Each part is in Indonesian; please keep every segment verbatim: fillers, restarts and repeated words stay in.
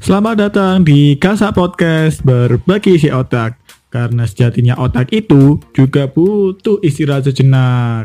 Selamat datang di Kasa Podcast Berbagi Isi Otak. Karena sejatinya otak itu juga butuh istirahat sejenak.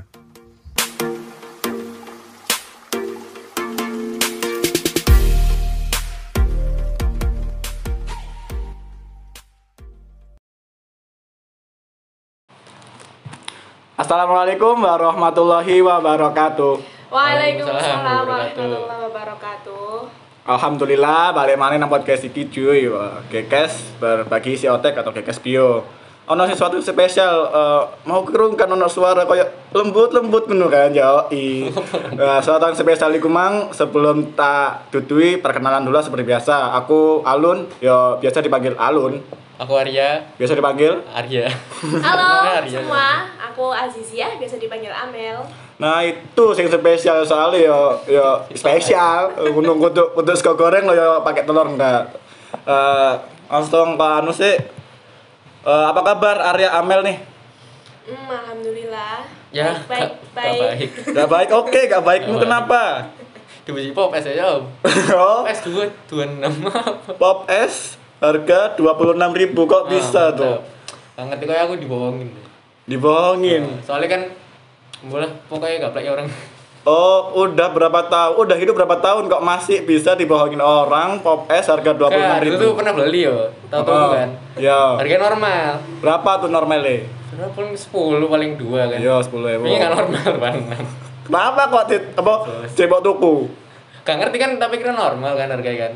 Assalamualaikum warahmatullahi wabarakatuh. Waalaikumsalam warahmatullahi wabarakatuh. Alhamdulillah balik mana nang podcast iki cuy. Wah, Gekes berbagi isi otak atau Gekes bio. Ono sesuatu spesial uh, mau kerungkan ono suara kayak lembut-lembut ngono kan ya. I. Nah, suatu yang spesial iku mang sebelum tak tutui perkenalan dulu seperti biasa. Aku Alun, ya biasa dipanggil Alun. Aku Arya. Biasa dipanggil Arya. Halo Arya. semua, aku Azizia, biasa dipanggil Amel. Nah itu yang spesial soalnya ya ya spesial untuk untuk untuk sego goreng lo ya pakai telur enggak. Eh langsung Pak Anu sih. Eh, apa kabar Arya Amel nih? Hmm, alhamdulillah. Ya, baik, gak- baik. gak baik. Gak baik, oke gak baikmu Gak baik. kenapa? Dipuji pop es aja om. Oh, Es dua dua enam apa? Pop es harga dua puluh enam ribu kok bisa tuh? Gak ngerti kayak aku dibohongin. Dibohongin. Soalnya kan boleh pokoknya gak plek orang. Oh, udah berapa tahun? Udah hidup berapa tahun kok masih bisa dibohongin orang pop es harga dua puluh enam Kan, ribu? itu tuh pernah beli yo. Tahu-tahu Oh, kan. ya. Harga normal. Berapa tuh normalnya? Sudah paling sepuluh paling dua kan. Iya, sepuluh ribu. Ini gak normal banget. Kenapa kok tit, apa cebok tuku? Gak ngerti kan tapi kira normal kan harganya kan.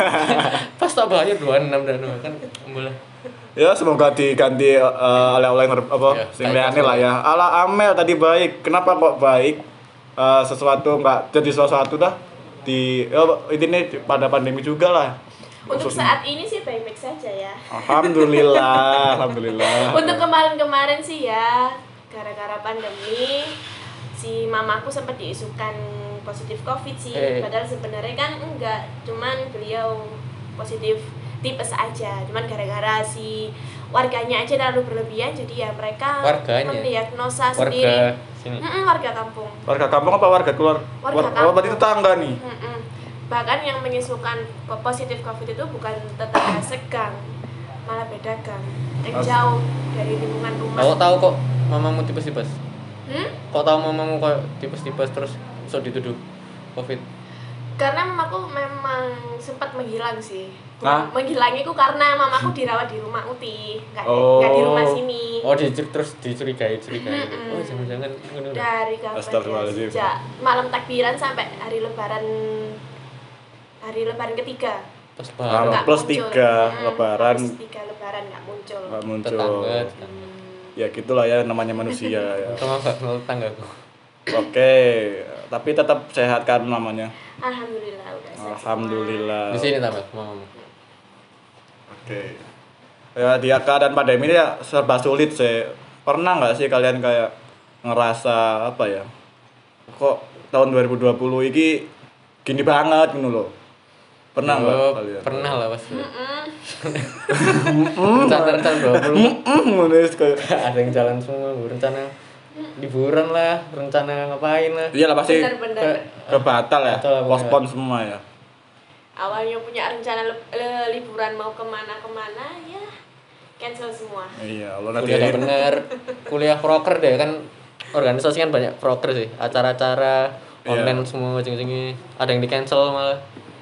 Pas tak bayar dua puluh enam dan kan boleh. Ya semoga diganti uh, oleh-oleh yang apa Ya, sing baik, liyane lah ya. Ala Amel tadi baik. Kenapa kok baik? Uh, sesuatu enggak jadi sesuatu dah di ya, ini pada pandemi juga lah. Untuk Khususnya. saat ini sih baik-baik saja ya. Alhamdulillah, alhamdulillah. Untuk kemarin-kemarin sih ya, gara-gara pandemi si mamaku sempat diisukan positif COVID sih. Eh. Padahal sebenarnya kan enggak, cuman beliau positif tipes aja. Cuman gara-gara si warganya aja terlalu berlebihan, jadi ya mereka Warganya? mendiagnosa Warga sendiri. sini. Mm-mm, warga kampung. Warga kampung apa warga keluar? Warga War- kampung. oh, berarti tetangga nih. Mm-mm. Bahkan yang menyusukan po- positif COVID itu bukan tetangga segang, malah beda gang, yang As- jauh dari lingkungan rumah. Kau tahu kok mamamu tipes-tipes? Hmm? Kok tahu mamamu kok tipes-tipes terus sok dituduh covid? Karena mamaku memang sempat menghilang sih. Hah? Menghilangiku karena mamaku dirawat di rumah Uti, nggak Oh. nggak di rumah sini. Oh, dicur terus dicurigai, curigai. Mm-mm. Oh, jangan-jangan ngono. Dari kapan ya? Astagfirullahaladzim. Sejak malam takbiran sampai hari lebaran hari lebaran ketiga. Pas Ah, baru Nggak plus muncul. tiga, Hmm, lebaran. plus tiga lebaran nggak muncul. Nggak muncul. tetangga, tetangga. Hmm. Ya gitulah ya namanya manusia ya. Sama gak kenal tetanggaku. Oke, tapi tetap sehat kan namanya. Alhamdulillah udah sehat Alhamdulillah. Di sini tambah mamamu. Oke. Ya di keadaan pandemi ini ya serba sulit sih. Pernah nggak sih kalian kayak ngerasa apa ya? Kok tahun dua ribu dua puluh ini gini banget gitu loh. Pernah nggak Oh, kalian? pernah lah pas. Mm-mm. Rencana-rencana dua puluh. Mm, nulis kayak Ada yang jalan semua, rencana liburan lah, rencana ngapain lah. iya lah pasti Bener-bener. kebatal ya, Batal lah, postpone semua ya. Awalnya punya rencana le- le- liburan mau kemana-kemana ya cancel semua. Iya, Allah nanti Kuliah gak bener, kuliah proker deh kan. Organisasi kan banyak proker sih, acara-acara Iya. online semua ujung-ujungnya ada yang di cancel malah.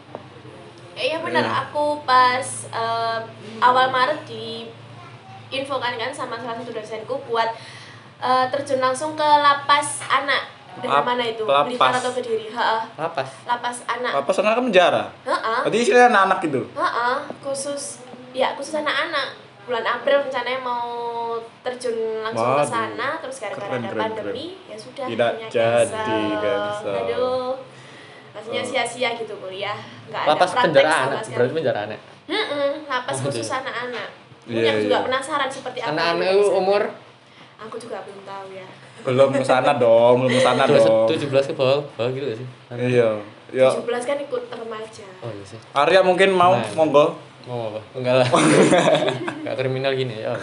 Eh, iya benar, Iya. aku pas eh, awal Maret diinfokan kan sama salah satu dosenku buat eh, terjun langsung ke lapas anak. Daerah Lap- mana itu? lapas. Blitar atau Kediri? Heeh. Lapas. Lapas anak. apa sana kan penjara? Heeh. Berarti istilahnya anak-anak gitu. Heeh, khusus ya khusus anak-anak. Bulan April rencananya mau terjun langsung ke Waduh. sana, terus gara-gara Keren, ada keren, pandemi ya sudah Tidak akhirnya jadi, cancel. cancel. Aduh. Rasanya Oh. sia-sia gitu kuliah. Enggak ada Lapas praktek penjara sama anak, sekali. berarti penjara anak. Mm-mm, lapas Oh, khusus gitu. anak-anak. Iya, Yang juga iya. penasaran seperti apa. Anak-anak di itu sana. umur Aku juga belum tahu ya. Belum ke sana dong, belum ke sana dong. tujuh belas ke bawah, bawah gitu gak sih? Iya. Ya, tujuh belas kan ikut remaja. Oh iya sih. Arya mungkin mau Nah. monggo. Mau apa? Enggak lah. Enggak kriminal gini ya.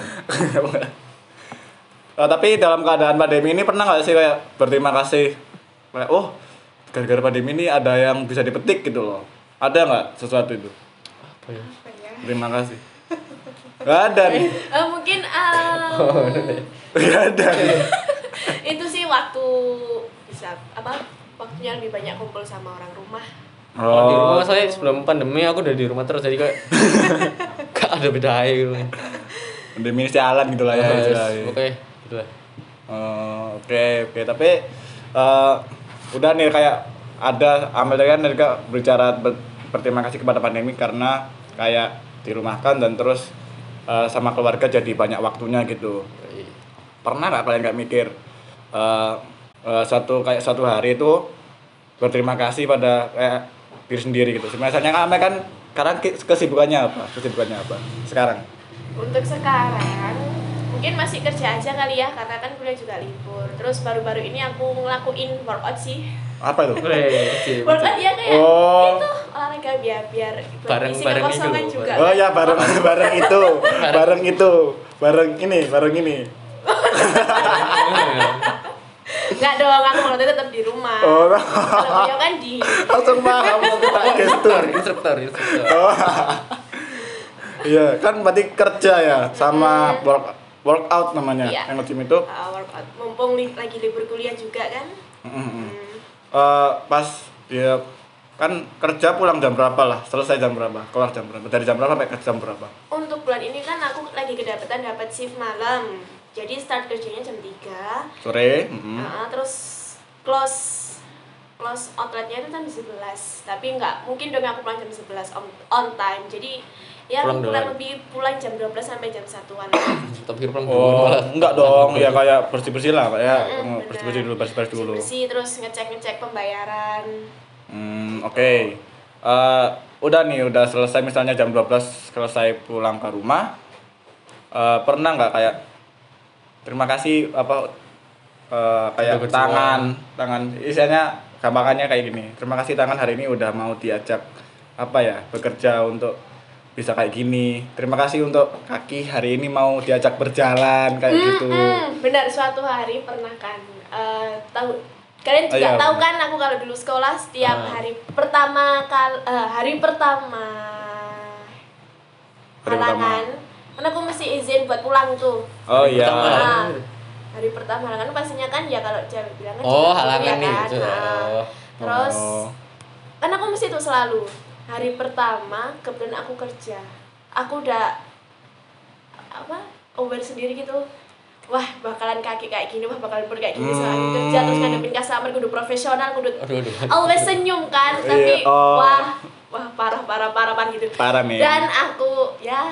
Eh, tapi dalam keadaan pandemi ini pernah nggak sih kayak berterima kasih kayak oh gara-gara pandemi ini ada yang bisa dipetik gitu loh, ada nggak sesuatu itu? Apa Oh, iya. Apa ya? Terima kasih. Gak ada nih. Eh, mungkin um, Oh, udah deh. Gak ada. itu sih waktu bisa apa waktunya lebih banyak kumpul sama orang rumah. Oh, di rumah saya sebelum pandemi aku udah di rumah terus jadi kayak gak ada beda aja gitu. Pandemi sialan gitu lah ya. Yes, istilahnya. Oke, gitu lah. Oh, oke oke tapi eh, udah nih kayak ada Amel tadi kan tadi Kak berbicara ber- berterima kasih kepada pandemi karena kayak dirumahkan dan terus eh, sama keluarga jadi banyak waktunya gitu. Pernah nggak kalian nggak mikir eh, eh, satu kayak satu hari itu berterima kasih pada kayak diri sendiri gitu. Misalnya Kak Amel kan sekarang ke- kesibukannya apa? Kesibukannya apa sekarang? Untuk sekarang mungkin masih kerja aja kali ya karena kan kuliah juga libur. Terus baru-baru ini aku ngelakuin workout sih. Apa itu? Oke, Workout ya kayak Oh. itu olahraga biar biar buat Bareng- isi bareng kekosongan itu. juga. Oh ya bareng bareng itu, bareng itu, bareng ini, bareng ini. Enggak dong, aku kalau tetap di rumah. Oh, Kalau beliau kan di langsung paham aku tak gestur. instruktur, instruktur. Oh. Iya, kan berarti kerja ya sama work workout namanya. Iya. Yang gym itu. uh, workout. Mumpung li- lagi libur kuliah juga kan. Mm, Hmm. eh, pas ya kan kerja pulang jam berapa lah? Selesai jam berapa? Keluar jam berapa? Dari jam berapa sampai ke jam berapa? Untuk bulan ini kan aku lagi kedapatan dapat shift malam. Jadi start kerjanya jam tiga. Sore. Mm-mm. Uh, terus close close outletnya itu jam sebelas. Tapi enggak, mungkin dong aku pulang jam sebelas on, on time. Jadi ya Pulang kurang duluan. lebih pulang jam dua belas sampai jam satuan. Tapi pulang dulu Oh, malah. enggak dong. Ya kayak bersih-bersih lah, kayak Mm, bersih-bersih benar. dulu, bersih-bersih dulu. Bersih terus ngecek-ngecek pembayaran. Hmm, oke. Eh, udah nih, udah selesai misalnya jam dua belas selesai pulang ke rumah. Eh, pernah nggak kayak terima kasih apa eh, kayak Udah berjuang. tangan, tangan istilahnya gampangannya kayak gini. Terima kasih tangan hari ini udah mau diajak apa ya, bekerja untuk bisa kayak gini. Terima kasih untuk kaki hari ini mau diajak berjalan kayak gitu. Mm-mm, benar, suatu hari pernah kan eh, tahu kalian juga Oh, iya. tahu kan aku kalau dulu sekolah setiap Ah. hari pertama kal eh, hari pertama Hari halangan kan aku mesti izin buat pulang tuh. Oh iya. Pertama. Nah, hari pertama halangan pastinya kan ya kalau cewek bilang kan Oh, juga halangan kuliah nih. kan. itu. Nah, Oh. terus Oh. kan aku mesti tuh selalu hari pertama kebetulan aku kerja aku udah apa aware sendiri gitu, wah bakalan kaki kayak gini, wah bakalan perut kayak gini Hmm. saat aku kerja terus ngadepin customer kudu profesional kudu Aduh, aduh. always senyum kan tapi Iya, oh. wah wah parah parah parah parah gitu. Parah nih. Dan aku ya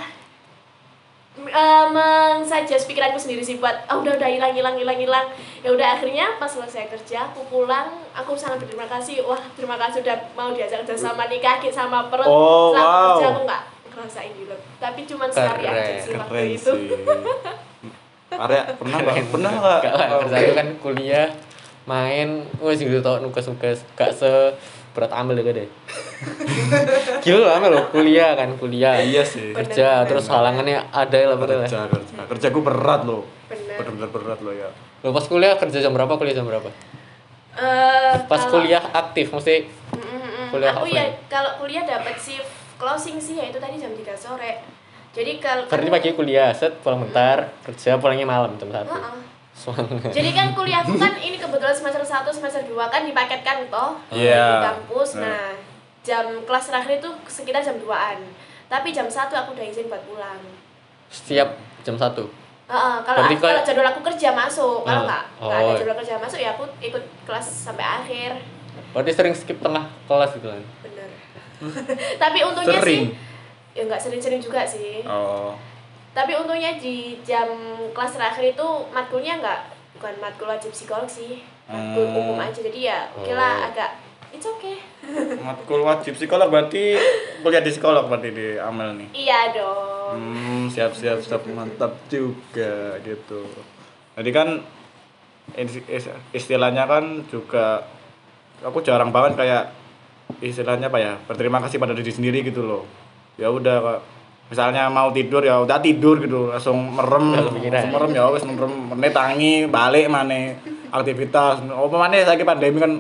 uh, mengsuggest pikiranku sendiri sih buat oh udah udah hilang hilang hilang hilang ya udah akhirnya pas selesai kerja aku pulang aku sangat berterima kasih, wah terima kasih udah mau diajak kerja sama nih kaki sama perut. Oh, selama wow. kerja aku nggak ngerasain gitu tapi cuma sekali Keren, aja sih waktu Keren itu. sih. Arya pernah nggak? Pernah nggak? Gak lah, Oh, kerja oke. itu kan kuliah, main, wes gitu tau nugas-nugas, gak seberat Amel deh deh. Gila loh Amel loh, kuliah kan, kuliah. Iya sih. Kerja, Bener, terus halangannya ada lah betul lah. Kerja, kerja. Kerjaku berat loh. Bener. Bener-bener berat loh ya. Lo pas kuliah kerja jam berapa, kuliah jam berapa? Eh, Pas kalau- kuliah aktif, mesti Mm, mm, mm. kuliah aku ya offline. kalau kuliah dapat shift closing sih ya itu tadi jam tiga sore. Jadi kalau berarti pagi kuliah, set pulang bentar, kerja pulangnya malam jam satu. Heeh. Semangat. Jadi kan kuliahku kan ini kebetulan semester satu, semester dua kan dipaketkan toh Iya. di kampus. Nah. Nah, jam kelas terakhir itu sekitar jam duaan. Tapi jam satu aku udah izin buat pulang. Setiap jam satu. Heeh, kalau Berarti kalau kayak- jadwal aku kerja masuk, kalau Ah. nggak nggak ada Oh. jadwal kerja masuk ya aku ikut kelas sampai akhir. Berarti sering skip tengah kelas gitu kan. Bener. Tapi untungnya Sering. sih ya nggak sering-sering juga sih. Oh. Tapi untungnya di jam kelas terakhir itu matkulnya nggak bukan matkul wajib psikolog sih, matkul Hmm. umum aja jadi ya oke lah Oh. agak it's okay. Matkul wajib psikolog berarti kuliah di psikolog berarti di Amel nih. Iya dong. Hmm, siap siap siap mantap juga gitu. Jadi kan is- is- istilahnya kan juga aku jarang banget kayak istilahnya apa ya berterima kasih pada diri sendiri gitu loh. Ya udah Kak. Misalnya mau tidur ya udah tidur gitu langsung merem Udah kepikiran. langsung merem ya wis merem meneh tangi balik maneh aktivitas. Apa maneh saiki pandemi kan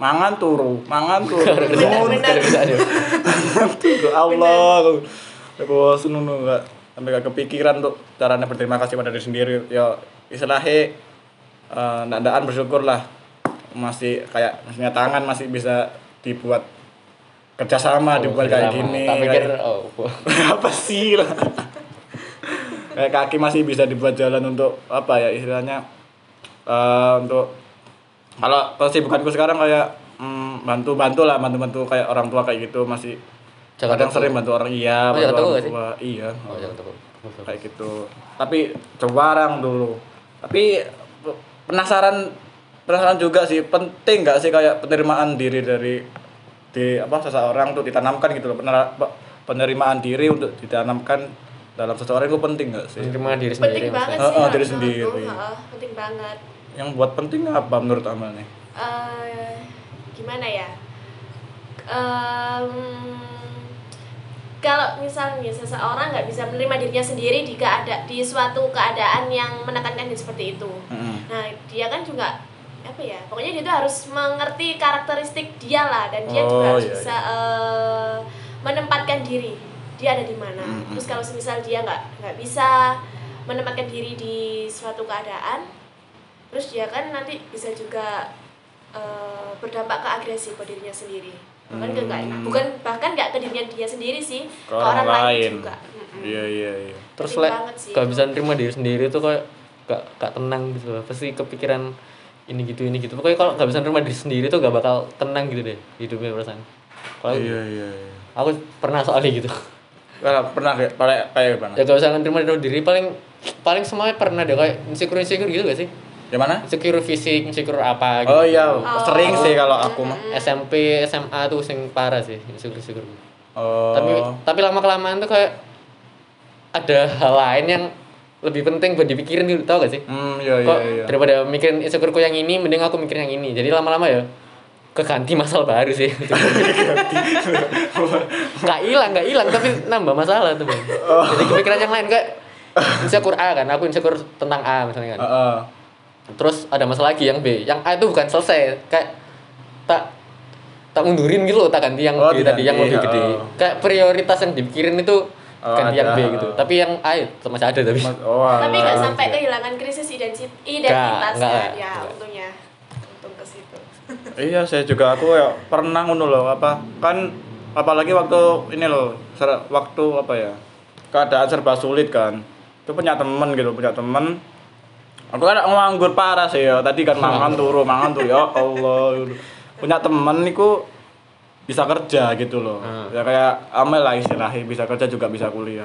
mangan turu, mangan turu. Benar-benar. Turu Allah. Aku seneng enggak sampai gak kepikiran untuk caranya berterima kasih pada diri sendiri. Ya istilahnya uh, ndaan bersyukur lah. Masih kayak maksudnya tangan masih bisa dibuat kerjasama, Oh, dibuat kayak kerjasama. gini. Tak pikir kayak- oh. apa sih lah. Kayak kaki masih bisa dibuat jalan untuk apa ya istilahnya uh, untuk kalau kesibukanku sekarang kayak mm, bantu-bantu lah, bantu-bantu kayak orang tua kayak gitu masih Jaga kadang toko. sering bantu orang iya, Oh, bantu jaga toko orang nggak sih? tua iya. Oh, jangan takut. Kayak gitu. Tapi jarang dulu. Tapi pe- penasaran penasaran juga sih, penting nggak sih kayak penerimaan diri dari di apa seseorang untuk ditanamkan gitu loh. Penera- pe- penerimaan diri untuk ditanamkan dalam seseorang itu penting nggak sih? Menerima diri sendiri. Penting banget maksudnya. sih. Oh, oh, diri menurutku. sendiri. Heeh, penting banget. Yang buat penting apa menurut Amal nih? Eh, gimana ya? Em, kalau misalnya seseorang nggak bisa menerima dirinya sendiri jika ada di suatu keadaan yang menekankan dia seperti itu, Mm-mm. nah dia kan juga apa ya? Pokoknya dia tuh harus mengerti karakteristik dia lah, dan dia juga Oh, harus iya, bisa eh, menempatkan diri dia ada di mana. Mm-mm. Terus kalau misal dia nggak nggak bisa menempatkan diri di suatu keadaan, terus dia kan nanti bisa juga eh, berdampak ke agresi ke dirinya sendiri. Bahkan ke nggak- Hmm. bukan bahkan nggak ke dirinya dia sendiri sih, Ke orang lain. juga. Mm-mm. Iya iya iya. Terus Penting like banget sih gak itu. bisa nerima diri sendiri tuh kayak gak, gak tenang gitu loh. Pasti kepikiran ini gitu ini gitu. Pokoknya kalau gak bisa nerima diri sendiri tuh gak bakal tenang gitu deh hidupnya perasaan. Kalau Iya iya iya. aku pernah soalnya gitu. Kalau pernah kayak kayak kayak gimana? Ya gak bisa nerima diri paling paling semuanya pernah deh kayak insecure insecure gitu gak sih? Yang mana? Insecure fisik, insecure apa gitu. Oh iya, Oh. sering sih kalau aku mah. S M P, S M A tuh sing parah sih insecure insecure. Oh. Tapi tapi lama kelamaan tuh kayak ada hal lain yang lebih penting buat dipikirin gitu, tau gak sih? Hmm, iya Kok iya iya. daripada mikirin insecureku yang ini, mending aku mikir yang ini. Jadi lama-lama ya keganti masalah baru sih. Gak hilang, gak hilang, tapi nambah masalah tuh, Bang. Jadi kepikiran yang lain kayak insecure A kan, aku insecure tentang A misalnya kan. Heeh. Terus ada masalah lagi yang B. Yang A itu bukan selesai, kayak tak tak mundurin gitu loh, tak ganti yang Oh, B tadi yang diganti, lebih gede. oh. Kayak prioritas yang dipikirin itu Oh, ganti yang ada, B gitu. oh. Tapi yang A itu masih ada tapi. Mas- Oh, Tapi nggak alah. sampai kehilangan krisis identitas identitas nggak, kan? nggak. Ya untungnya, untung ke situ. Iya, saya juga aku ya pernah ngono loh apa kan apalagi waktu ini loh ser- waktu apa ya keadaan serba sulit kan itu punya temen gitu punya temen aku kan nganggur parah sih ya tadi kan mangan turu mangan turu ya Allah punya temen niku bisa kerja gitu loh Hmm. ya kayak Amel lah istilahnya bisa kerja juga bisa kuliah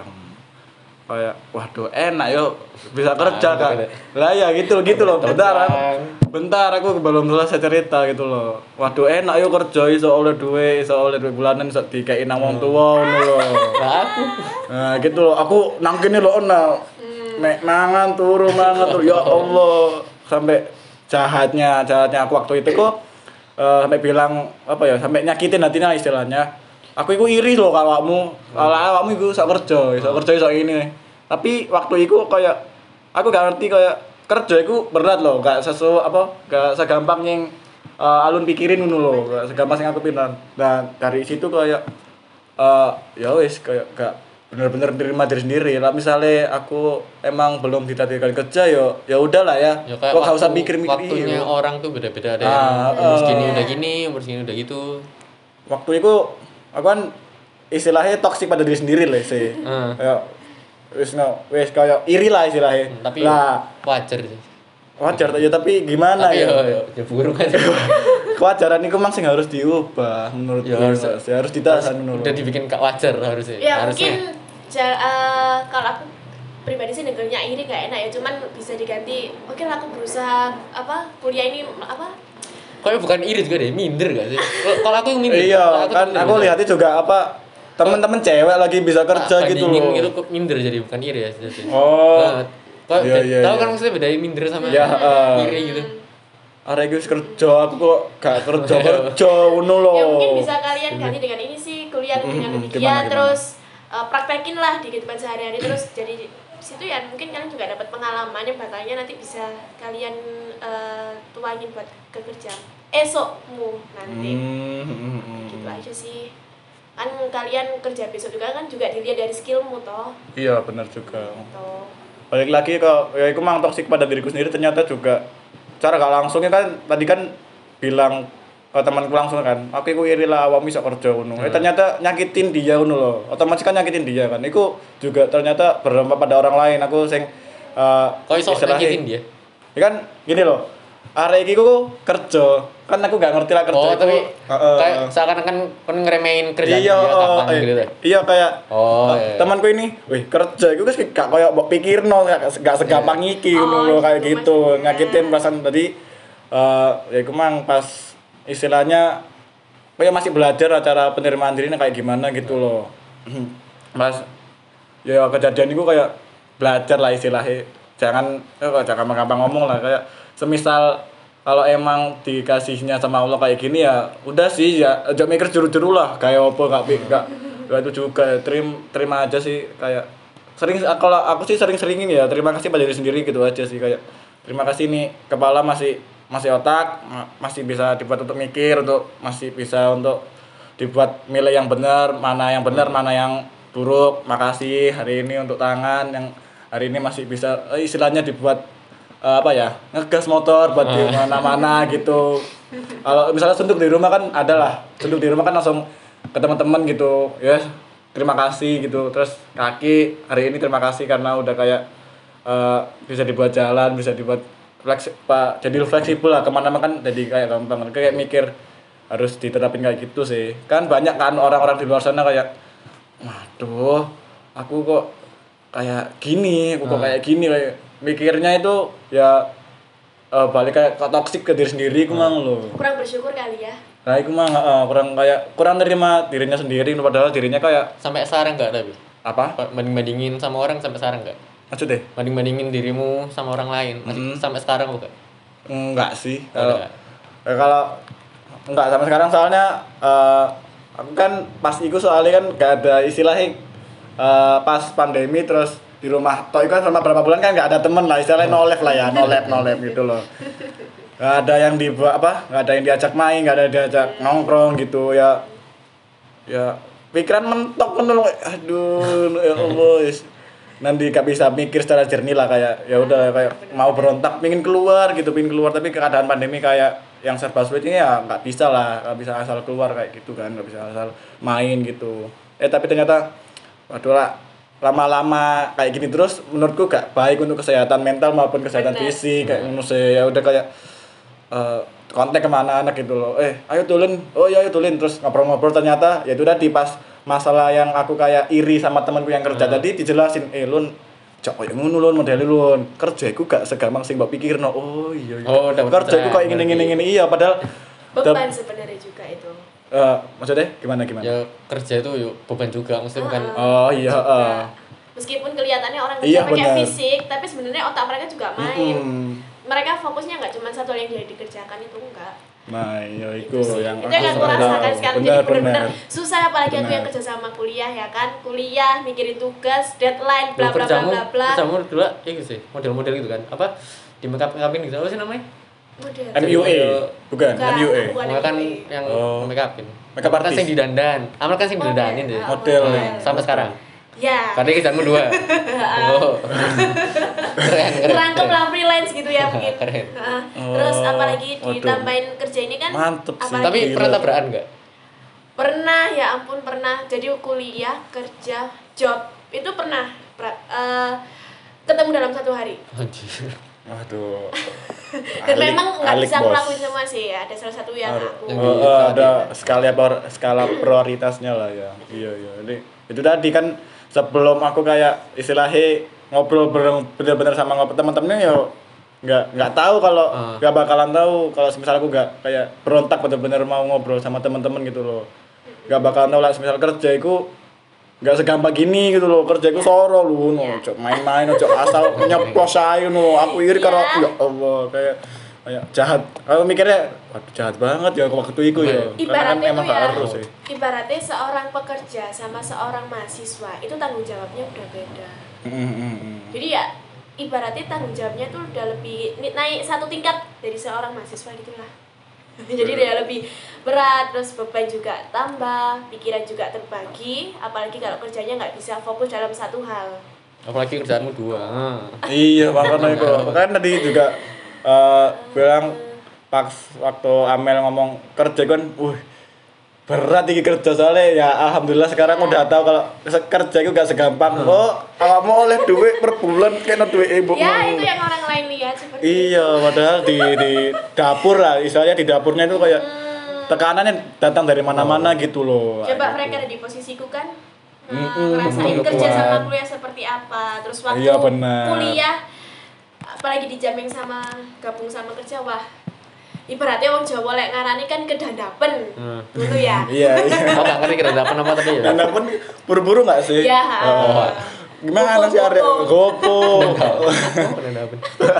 kayak waduh enak yo bisa kerja Ah, kan gitu. lah ya gitu gitu loh bentar Tenang. bentar aku belum selesai cerita gitu loh waduh enak yo kerja iso oleh duit iso oleh duit bulanan iso dikei nang wong tuwa ngono lho Nah, aku nah gitu loh aku nang kene lho ono mek mangan turu mangan turu ya Allah sampai jahatnya jahatnya aku waktu itu kok eh, sampai bilang apa ya sampai nyakitin hatinya istilahnya aku itu iri loh kalau kamu kalau awakmu itu iso kerja iso kerja iso ini tapi waktu itu kayak aku gak ngerti kayak kerja itu berat loh gak sesu apa gak segampang yang eh, alun pikirin ngono loh gak segampang yang aku pikirin dan dari situ kayak eh ya wis kayak gak bener-bener terima diri sendiri lah misalnya aku emang belum ditakdirkan kerja yo ya udahlah ya, ya kayak kok gak usah waktu- mikir-mikir waktunya iya. orang tuh beda-beda ada Ah, yang umur segini ah. udah gini, umur segini udah gitu. Waktu itu aku kan istilahnya toksik pada diri sendiri lah sih Ah. ya wis no wis kayak iri lah istilahnya Hmm, tapi lah wajar sih. wajar ya tapi gimana Tapi ya ya, ya, ya buruk aja. kewajaran itu masih harus diubah menurut Ya, gue harus- harus, harus ditahan menurut Udah dibikin gak wajar harusnya. Ya harusnya. mungkin ja- eh, kalau aku pribadi sih dengernya iri gak enak ya, cuman bisa diganti. Oke lah aku berusaha apa kuliah ini apa Kayaknya bukan iri juga deh, minder gak sih? Kalau- Kalau aku minder. iya kalau kan minder, aku minder. lihatnya juga apa temen-temen cewek lagi bisa kerja Ah, gitu bandingin loh gitu kok minder jadi bukan iri ya jadi. oh Nah, kok Iya, iya, tahu iya. kan maksudnya bedain minder sama Ya, eh. iri gitu. arek wis kerja aku kok gak kerja kerja ngono loh ya mungkin bisa kalian ganti dengan ini sih kuliah dengan Mm-mm, demikian gimana, gimana? terus eh, praktekin lah di kehidupan sehari-hari terus jadi di situ ya mungkin kalian juga dapat pengalaman yang bakalnya nanti bisa kalian eh, tuangin buat ke kerja. esokmu nanti. Hmm, hmm, hmm. Gitu aja sih. Kan kalian kerja besok juga kan juga dilihat dari skillmu toh. Iya benar juga. Gitu. Balik lagi ke ya aku memang toksik pada diriku sendiri, ternyata juga cara gak langsungnya kan tadi kan bilang ke temanku langsung kan, aku iku iri lah awakmu iso kerja ngono. Hmm. Eh ternyata nyakitin dia ngono loh. Otomatis kan nyakitin dia kan. Iku juga ternyata berdampak pada orang lain. Aku sing uh, Kok iso nyakitin dia? Ya kan gini loh. Arek iki ku kerja, kan aku gak ngerti lah kerja oh, itu. tapi Uh, kayak seakan-akan kon ngeremehin kerjaan iya, dia kapan eh, gitu deh. Iya kayak Oh, uh, iya. temanku ini, wih kerja itu kan gak kayak mbok pikirno, gak, gak segampang iki ngono Oh, loh kayak gitu gitu. maksudnya. Nyakitin perasaan tadi uh, ya iku mang pas istilahnya kayak masih belajar lah cara penerimaan dirinya kayak gimana gitu loh. Mas ya kejadian itu kayak belajar lah istilahnya. Jangan eh, jangan gampang ngomong lah kayak semisal kalau emang dikasihnya sama Allah kayak gini ya udah sih ya jangan mikir juru-juru lah kayak apa gak gak gak itu juga terima terima aja sih kayak sering kalau aku sih sering-seringin ya terima kasih pada diri sendiri gitu aja sih kayak terima kasih nih kepala masih masih otak masih bisa dibuat untuk mikir untuk masih bisa untuk dibuat milih yang benar mana yang benar mana yang buruk. Makasih hari ini untuk tangan yang hari ini masih bisa eh, istilahnya dibuat uh, apa ya ngegas motor buat di mana-mana gitu. Kalau misalnya suntuk di rumah kan ada lah suntuk di rumah kan langsung ke teman-teman gitu ya yes, terima kasih gitu. Terus kaki hari ini terima kasih karena udah kayak uh, bisa dibuat jalan bisa dibuat fleks pak jadi fleksibel lah kemana-mana kan jadi kayak gampang kayak mikir harus diterapin kayak gitu sih kan banyak kan orang-orang di luar sana kayak waduh aku kok kayak gini aku kok kayak gini kayak mikirnya itu ya uh, balik kayak toksik ke diri sendiri aku mang loh Kurang bersyukur kali ya. nah aku mang uh, kurang kayak kurang terima dirinya sendiri padahal dirinya kayak Sampai sekarang enggak tapi apa banding-bandingin sama orang sampai sekarang enggak? maksud deh Banding-bandingin dirimu sama orang lain masih Hmm. sampai sekarang bukan? enggak sih Oh, kalau enggak. eh, kalau enggak sampai sekarang soalnya uh, aku kan pas itu soalnya kan gak ada istilahnya uh, pas pandemi terus di rumah toh itu kan selama berapa bulan kan nggak ada temen lah istilahnya no life lah ya no life no life gitu loh nggak ada yang di apa nggak ada yang diajak main nggak ada yang diajak nongkrong gitu ya ya pikiran mentok menurut aduh ya Allah yes. Nanti gak bisa mikir secara jernih lah kayak ya udah kayak mau berontak pingin keluar gitu pingin keluar tapi keadaan pandemi kayak yang serba sulit ini ya nggak bisa lah nggak bisa asal keluar kayak gitu kan nggak bisa asal main gitu eh tapi ternyata waduh lah lama-lama kayak gini terus menurutku gak baik untuk kesehatan mental maupun kesehatan Bener. fisik kayak menurut saya ya udah kayak uh, kontak kemana anak gitu loh eh ayo tulin oh ya ayo tulin terus ngobrol-ngobrol ternyata ya itu tadi pas masalah yang aku kayak iri sama temanku yang kerja tadi dijelasin eh lun cok koyo ngono lun model lun kerja iku gak segampang sing mbok pikirno oh iya iya Oh, dapet kerja iku kayak pencerahan, ngene ngene ngene iya padahal Beban sebenarnya juga itu. uh, maksudnya gimana gimana Ya kerja itu yuk beban juga maksudnya bukan oh iya Juga. uh. Meskipun kelihatannya orang Iya, kerja pakai benar. fisik, tapi sebenarnya otak mereka juga main. Mm-mm. Mereka fokusnya nggak cuma satu yang dia dikerjakan itu enggak. Nah, iya itu Itu sih. yang Itu yang aku tahu. rasakan sekarang Benar, jadi benar-benar benar. susah apalagi aku Benar. yang kerja sama kuliah ya kan. Kuliah, mikirin tugas, deadline, bla Loh, bla bla kerjamu bla bla. kerjamu dulu itu sih model-model gitu kan apa di make up make upin gitu apa sih namanya? Model. M U A bukan Bukan, M U A bukan. Amal kan M U A. yang Oh. make upin. Make up Amal kan artist. sing didandan. Amal kan sing Model. didandanin deh. Ah, Model. Nah, sampai sekarang. Ya. Karena kerjaanmu dua. Oh. Keren, keren. Merangkep lah freelance gitu ya mungkin. Keren. Heeh. Terus Oh, apalagi waduh. ditambahin kerja ini kan Mantep sih. apalagi- Tapi Gila. pernah tabrakan enggak? Pernah ya ampun pernah. Jadi kuliah, kerja, job itu pernah pra- eh, ketemu dalam satu hari. Anjir. Waduh. Dan Alik- memang nggak alik, bisa bos. ngelakuin semua sih ya. Ada salah satu yang Har- aku. Yang Oh, di- oh, ada skala prior- skala prioritasnya lah ya. Iya iya. Jadi itu tadi kan sebelum aku kayak istilahnya ngobrol bareng bener-bener sama ngobrol teman-temannya ya nggak nggak tahu kalau Ah. nggak bakalan tahu kalau misalnya aku nggak kayak berontak bener-bener mau ngobrol sama teman-teman gitu loh. Nggak bakalan tahu lah misal kerja itu nggak segampang gini gitu loh kerja itu soro lu no cok main-main cok asal nyeplos aja no aku iri karo Iya. ya Allah kayak kayak jahat aku mikirnya waduh jahat banget ya waktu itu ya karena kan Ibaratnya emang tuh gak ya, harus sih ibaratnya seorang pekerja sama seorang mahasiswa itu tanggung jawabnya udah beda. Jadi ya ibaratnya tanggung jawabnya tuh udah lebih ni- naik satu tingkat dari seorang mahasiswa gitulah. Jadi dia lebih berat, terus beban juga tambah, pikiran juga terbagi, apalagi kalau kerjanya nggak bisa fokus dalam satu hal. Apalagi kerjaanmu dua. Ah. Iya, makanya itu. Kan tadi juga uh, bilang pas waktu Amel ngomong kerja kan, wih berat iki kerja soalnya ya alhamdulillah sekarang udah tahu kalau kerja itu gak segampang. Oh, kamu oleh duit per bulan kena duit ibu. Ya, itu yang orang lain lihat seperti iya, itu. padahal di di dapur lah, istilahnya di dapurnya itu kayak Hmm. tekanannya datang dari mana-mana gitu loh. Coba Gitu. mereka ada di posisiku kan, nah, Mm-mm, ngerasain betul, kerja betul. sama kuliah seperti apa, terus waktu Iya, benar. kuliah, apalagi di jam yang sama gabung sama kerja, wah ibaratnya wong Jawa lek ngarani kan kedandapen, Hmm. gitu ya. Iya, iya. Aku nggak ngerti kerjaan apa tapi ya. Dan pun buru-buru nggak sih? Ya. Oh. Gimana sih Arya? Gopo. Kerjaan.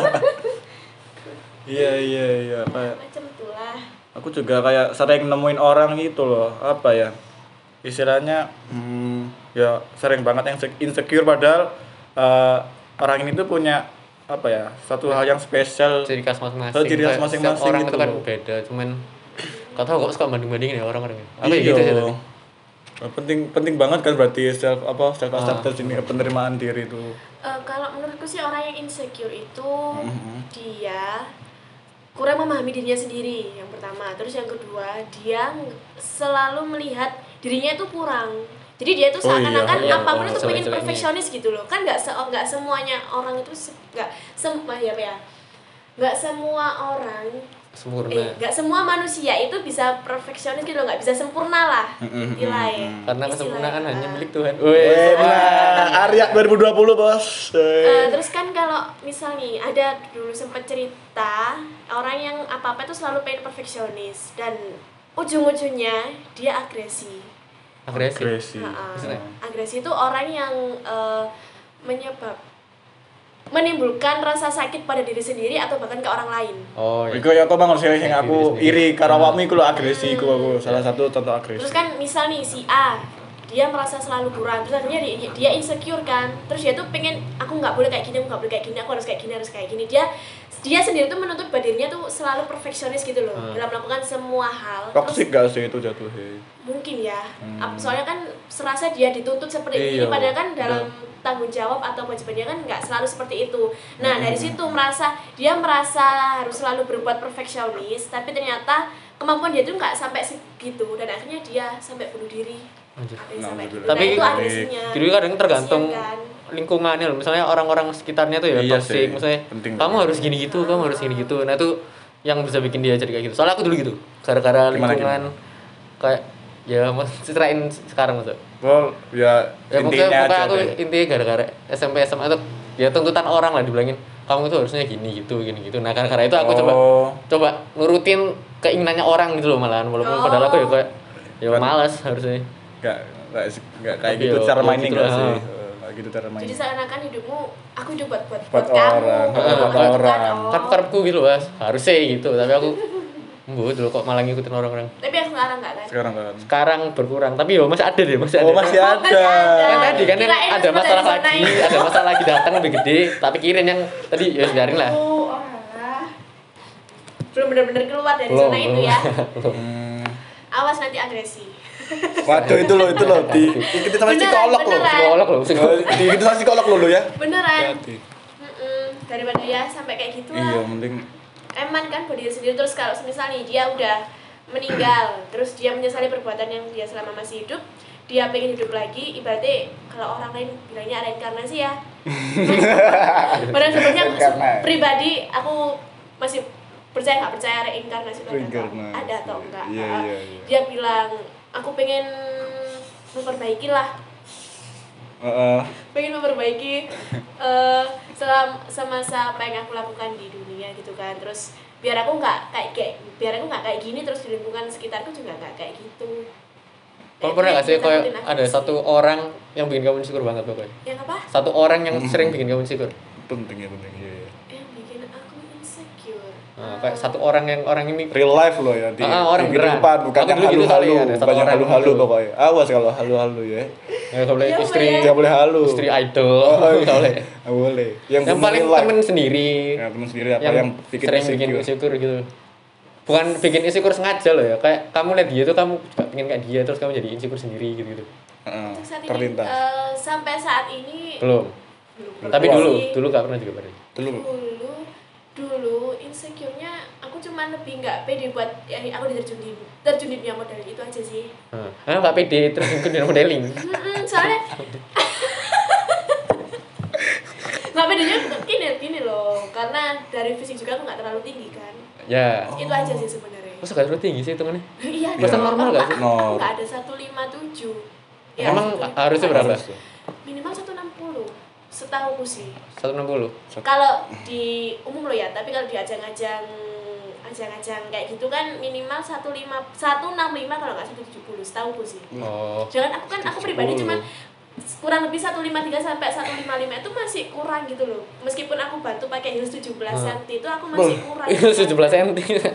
Iya, iya, iya. Kayak Macam itulah. aku juga kayak sering nemuin orang gitu loh, apa ya? Istilahnya hmm, ya sering banget yang insecure padahal uh, orang ini tuh punya apa ya? Satu hal yang spesial. Ciri khas masing-masing. Oh, ciri khas Kayak masing-masing setiap orang gitu itu kan loh. beda, cuman gak tau kok suka banding-bandingin ya orang-orang. Aku ya Iya. gitu sih tapi. Nah, penting penting banget kan berarti self apa self Ah. acceptance ini penerimaan diri itu. Eh, kalau menurutku sih orang yang insecure itu Mhm. dia kurang memahami dirinya sendiri yang pertama, terus yang kedua dia ng- selalu melihat dirinya itu kurang. Jadi dia tuh Oh, iya. seakan-akan Iya, apapun oh, itu pengen jelek-jeleknya. perfeksionis gitu loh. Kan nggak se nggak semuanya orang itu se- nggak semua ya apa ya. Nggak semua orang Sempurna. eh nggak semua manusia itu bisa perfeksionis gitu loh, nggak bisa sempurna lah Mm-mm, istilahnya. Karena Istilahnya. kesempurnaan hanya milik Tuhan. Weh, nah, Arya dua ribu dua puluh, Bos. Eh, terus kan kalau misal nih ada dulu sempat cerita orang yang apa-apa itu selalu pengen perfeksionis dan ujung-ujungnya dia agresi. Agresi. Agresi. Ha-ha. Maksudnya? Agresi itu orang yang eh, menyebab menimbulkan rasa sakit pada diri sendiri atau bahkan ke orang lain. Oh iya. Iku ya aku bangun sih sing aku Diri iri sendiri. karo awakmu iku lho agresi iku aku salah satu contoh agresi. Terus kan misal nih si A dia merasa selalu kurang, terus akhirnya dia, dia insecure kan, terus dia tuh pengen aku nggak boleh kayak gini, aku nggak boleh kayak gini, aku harus kayak gini, harus kayak gini. Dia dia sendiri tuh menuntut pada dirinya tuh selalu perfeksionis gitu loh Hmm. dalam melakukan semua hal. Toxic Terus gak sih itu jatuhnya? mungkin ya, Hmm. Ap- soalnya kan serasa dia dituntut seperti ini, Iya, padahal kan dalam benar. tanggung jawab atau kewajibannya kan nggak selalu seperti itu. Nah Hmm. dari situ merasa dia merasa harus selalu berbuat perfeksionis, tapi ternyata kemampuan dia tuh nggak sampai segitu dan akhirnya dia sampai bunuh diri. Anjir. Ada yang sampai gitu. Alhamdulillah. Tapi- nah, itu agresinya. Jadi kadang tergantung Kasian kan. lingkungannya loh. Misalnya orang-orang sekitarnya tuh ya Iya toxic. sih, Misalnya penting kamu banget. harus gini gitu, kamu harus gini gitu. Nah itu yang bisa bikin dia jadi kayak gitu. Soalnya aku dulu gitu. Gara-gara Gimana, lingkungan kayak ya mau ceritain sekarang maksud. Well, ya, Ya mungkin intinya pokoknya aja aku deh. intinya gara-gara S M P S M A tuh ya tuntutan orang lah dibilangin kamu tuh harusnya gini gitu gini gitu. Nah karena itu aku coba Oh. coba nurutin keinginannya orang gitu loh malahan walaupun Oh. padahal aku ya kayak ya Kan- malas harusnya. Gak, gak, gak kayak Tapi gitu ya, cara ya mainnya gitu gak lah. sih? Eh, Kayak gitu cara Jadi mainnya. seakan-akan hidupmu aku hidup buat buat, Buat kamu, orang, buat buat kebaikan orang. Kan karepku gitu mas harusnya gitu tapi aku embuh dulu kok malah ngikutin orang-orang. Tapi yang sekarang nggak kan? Sekarang kan. Sekarang berkurang tapi yo masih ada deh masih ada. Oh, masih Oh, ada. masih ada. Yang tadi kan yang Kirain ada semua masalah dari zona lagi, itu. ada masalah lagi datang lebih gede, tapi kirin yang tadi ya biarin lah. Oh, alah. Belum benar-benar keluar dari Belum, zona itu belum. ya. Belum. Hmm. Awas nanti agresi. Waduh itu loh, itu loh. Di, diikuti sama Beneran, psikolog loh. beneran. Psikolog loh, Oh, psikolog. Diikuti sama psikolog loh lo ya. Beneran. Hati. Mm-mm. Daripada ya sampai kayak gitu Iya, lah. mending Eman kan buat diri sendiri, terus kalau misal nih dia udah meninggal, terus dia menyesali perbuatan yang dia selama masih hidup, dia pengen hidup lagi, ibaratnya kalau orang lain bilangnya reinkarnasi ya. Padahal sebenarnya Reinkarnasi. pribadi aku masih percaya nggak percaya reinkarnasi itu ada atau- Reinkarnasi. ada atau enggak. Iya, Ah, iya, iya. Dia bilang aku pengen memperbaiki lah, Heeh. pengen memperbaiki eh selam semasa apa yang aku lakukan di dunia gitu kan, terus biar aku nggak kayak kayak biar aku nggak kayak gini, terus di lingkungan sekitarku juga nggak kayak gitu. Kamu Itu pernah yang gak sih kayak ditakutin ada agresi. satu orang yang bikin kamu insecure banget pokoknya? yang apa Satu orang yang sering bikin kamu insecure. Penting ya, penting. Iya, iya. yang bikin aku insecure. Nah, kayak satu orang yang orang ini Real life loh ya di, Ah, orang di beneran. kehidupan, bukan Aku yang dulu gitu halu-halu, kali ya, ada satu bukan yang orang halu-halu gitu. pokoknya. Awas kalau halu-halu ya. nggak boleh Ya, istri, boleh. Gak boleh halu. istri idol, Oh, iya. nggak boleh. Nggak boleh. Yang, Yang bener paling real life. temen sendiri, Ya, temen sendiri apa yang, yang bikin sering bikin insecure. insecure gitu. bukan bikin insecure sengaja loh ya. Kayak kamu lihat dia tuh kamu juga pengen kayak dia terus kamu jadi insecure sendiri gitu-gitu. Heeh. Untuk saat ini, Terlintas. eh, sampai saat ini Belum. belum. Tapi Belum dulu, sih. dulu gak pernah juga berarti. Dulu. dulu dulu insecure-nya aku cuma lebih nggak pede buat ya, aku diterjun di terjun di dunia model itu aja sih. Heeh. Ah, enggak pede terus ikut di modeling. Mm-mm, soalnya nggak pedenya gini gini loh, karena dari fisik juga aku nggak terlalu tinggi kan. Ya. Itu aja sih sebenarnya. Masa gak terlalu tinggi sih hitungannya? Iya. Persen dong. normal nggak sih? No. Aku nggak ada seratus lima puluh tujuh. Emang harusnya berapa? Minimal seratus enam puluh. Setahuku sih. seratus enam puluh. Kalau di umum lo ya, tapi kalau di ajang-ajang ajang-ajang kayak gitu kan minimal seratus lima puluh, seratus enam puluh lima kalau nggak seratus tujuh puluh setahuku sih. Oh. Jangan aku kan aku pribadi cuman kurang lebih seratus lima puluh tiga sampai seratus lima puluh lima itu masih kurang gitu loh. Meskipun aku bantu pakai heels tujuh belas sentimeter itu aku masih kurang. Itu tujuh belas sentimeter.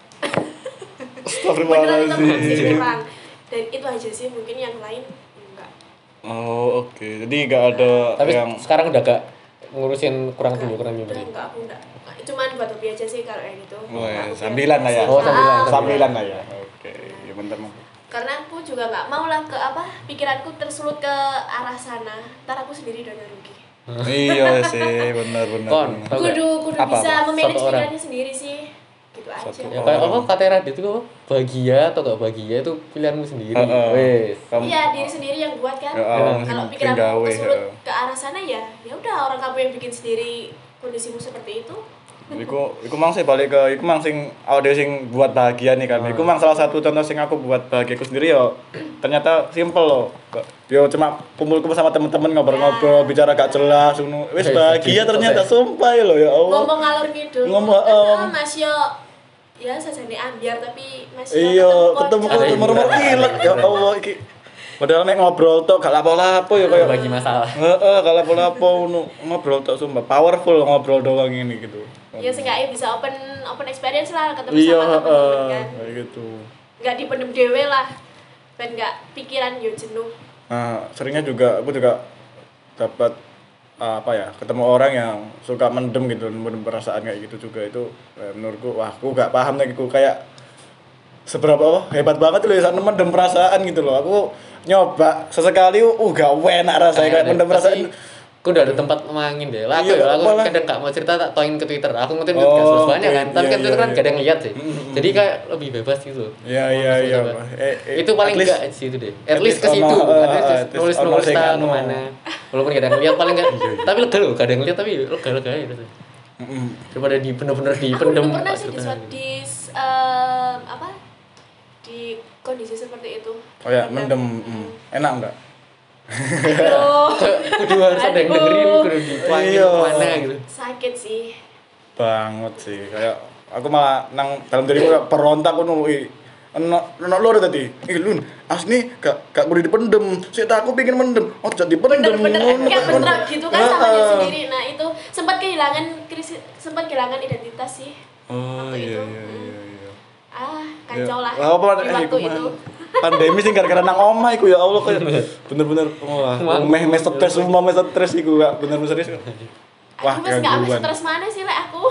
Beneran itu masih Astagfirullahaladzim. kurang. Dan itu aja sih, mungkin yang lain enggak. Oh, oke. Jadi nggak ada Tapi yang sekarang udah gak ngurusin kurang tinggi kurang Udah tinggi. enggak, aku enggak. Cuman buat hobi aja sih kalau yang itu. Oh, ya, Aku sambilan lah ya. biasa. Oh, sambilan, Ah, sambilan lah ya. Oke, ya bentar Mang. Karena aku juga nggak mau lah ke apa pikiranku tersulut ke arah sana, ntar aku sendiri udah rugi. Iya sih, benar benar. Kon, benar. tau gak? Kudu kudu Apa, bisa apa? memanage Satu orang. pikirannya sendiri sih, gitu aja. Satu Ya kayak apa kata Radit itu apa? Bahagia atau gak bahagia itu pilihanmu sendiri. Heeh. Wes. Kamu Iya diri sendiri yang buat kan. Ya, oh, Kalau sing- pikiranmu sing gawe, tersulut heeh. ke arah sana ya, ya udah orang kamu yang bikin sendiri kondisimu seperti itu. Iku, iku mang sih balik ke, iku mang sing awake dhewe sing buat bahagia nih kan. Iku mang salah satu contoh sing aku buat bahagiaku sendiri yo. Ternyata simple loh. Yo cuma kumpul-kumpul sama temen-temen ngobrol-ngobrol, bicara gak jelas ngono. Wis bahagia ternyata sumpah ya lo ya Allah. Ngomong ngalor ngidul. Ngomong, Ah, em. Mas yo ya sajane ambiar tapi Mas yo Iya, ketemu konco. ketemu rumah ilek ya Allah iki. Padahal mek ngobrol tok gak lapo-lapo ya kayak Bagi masalah. heeh, gak lapo-lapo ngono. Ngobrol tok sumpah, powerful ngobrol doang ini gitu. Ya seenggaknya bisa open open experience lah ketemu Iya, sama temen-temen heeh, kan. kayak gitu. Nggak dipendem dewe lah. Ben nggak pikiran yo jenuh. Nah, seringnya juga aku juga dapat uh, apa ya, ketemu orang yang suka mendem gitu, mendem perasaan kayak gitu juga itu eh, menurutku wah, aku gak paham lagi aku kayak seberapa oh, hebat banget loh ya saat mendem perasaan gitu loh. Aku nyoba sesekali uh gak enak rasanya kayak mendem perasaan. Aku udah ada tempat mangin deh. Lah aku Iya, ya, aku malah- kadang gak mau cerita tak toin ke Twitter. Aku ngetin Oh, oh, kasus banyak oke. kan. Tapi Iya, kan Twitter iya, kan iya. gak ada yang lihat sih. Mm-mm. Jadi kayak lebih bebas gitu. Iya iya iya. Eh, eh, Itu paling at least- enggak sih itu deh. at At least ke least situ. ono, At uh, least at least nulis ono nulis sing tahu anu. kemana. Walaupun gak ada yang lihat paling enggak. Tapi lega loh, gak ada yang lihat tapi lega-lega gitu. Mm-mm. Daripada di bener-bener Aku dipendem. belum pernah tak sih di, cerita suat- gitu. di em, apa di kondisi seperti itu. Oh ya, Pernah. mendem. mm. Enak enggak? Aduh, Kudu harus ada yang Aduh. dengerin, kudu dituangin Iya. kemana gitu. sakit sih. Banget sih kayak aku malah nang dalam diriku kayak perontak ngono ih ono ono loro tadi ih lun asli gak gak kudu dipendem sik tak aku pengen mendem oh jadi dipendem Bener-bener ngono. kayak bentrok gitu kan sama dia Heeh. sendiri. Nah itu sempat kehilangan krisis, sempat kehilangan identitas sih. Oh Waktu iya itu. iya iya iya Ah kacau lah Ya, apa di eh, waktu iku itu. mah. Pandemi sih gara-gara nang omah iku ya Allah kayak bener-bener wah Emang. meh meh stres semua meh stres iku gak bener-bener serius. Wah, Aku masih nggak ambil gangguan. stres mana sih lek aku.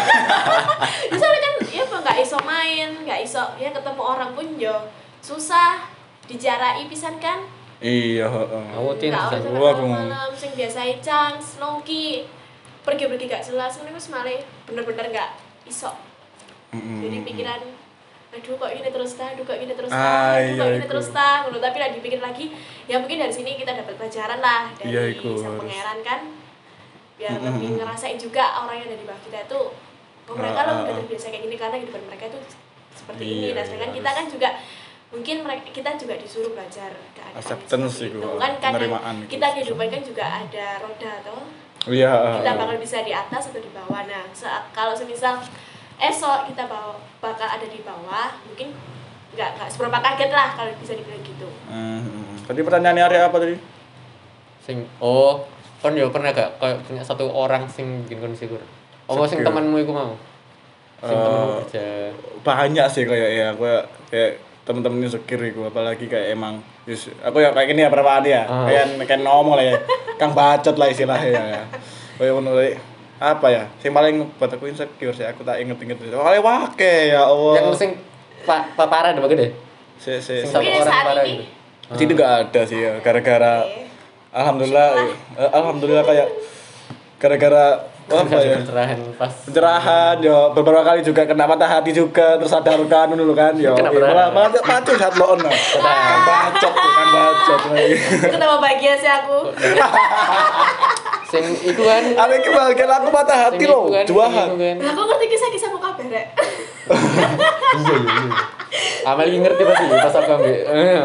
Ya soalnya kan ya apa nggak iso main, nggak iso ya ketemu orang pun yo susah dijarai pisan kan. Iya, heeh. Aku tin Nggak pisan. oleh Wah, sampai aku- malam sing biasa chance nongki pergi-pergi gak jelas ngono wis malah bener-bener nggak iso. Mm-mm. Jadi pikiran aduh kok ini terus tah, aduh kok ini terus Ah, tah, aduh kok iya, ini iku. terus tah, ngono tapi lah dipikir lagi, ya mungkin dari sini kita dapat pelajaran lah dari Iya, iku sang harus. pangeran kan, biar Mm-mm. lebih ngerasain juga orang yang ada di bawah kita itu, oh mereka Ah, lah ah, udah ah. terbiasa kayak gini karena kehidupan mereka itu seperti Iya, ini, nah sedangkan iya, kita harus. kan juga mungkin mereka kita juga disuruh belajar keadaan Acceptance seperti iku, itu. Kan kadang penerimaan iku. kita kehidupan kan juga ada roda toh, Iya, kita heeh. bakal bisa di atas atau di bawah. Nah, saat kalau semisal esok kita bawa, bakal ada di bawah, mungkin nggak nggak seberapa kaget lah kalau bisa dibilang gitu. Hmm. Tadi pertanyaannya Arya apa tadi? Sing oh, kon yo pernah gak kayak punya satu orang sing bikin kon insecure? Apa sing Insecure. temanmu iku mau? Sing Eh, temanmu kerja. Banyak sih kayak ya, aku ya- kayak temen-temen insecure iku apalagi kayak emang yus, aku ya kayak gini ya perasaan ya. Ah. Kayak kayak ngomong lah ya. Kang bacot lah istilahnya ya. Kayak ngono le. apa ya? Sing paling buat aku insecure sih aku tak inget-inget. Paling wake ya Allah. Yang sing pa, pa parah deh gede. Si si Sing si. satu Mungkin orang saat parah ini. gitu. Jadi enggak ada sih ya gara-gara Oke. alhamdulillah eh, alhamdulillah kayak gara-gara apa ya? Pencerahan pas. Pencerahan yo beberapa kali juga kena patah hati juga tersadarkan dulu kan yo. Kena Malah beneran. malah pacu saat lo ono. Kan bacot tuh, kan bacot lagi. Kenapa bahagia sih aku? Sing itu kan. Ada yang kebahagiaan aku patah hati sing loh, itu kan, juahan. sing itu kan. Lah aku ngerti kisah-kisah muka berek. Iya iya iya. Amal ini ngerti pasti pas aku ambil.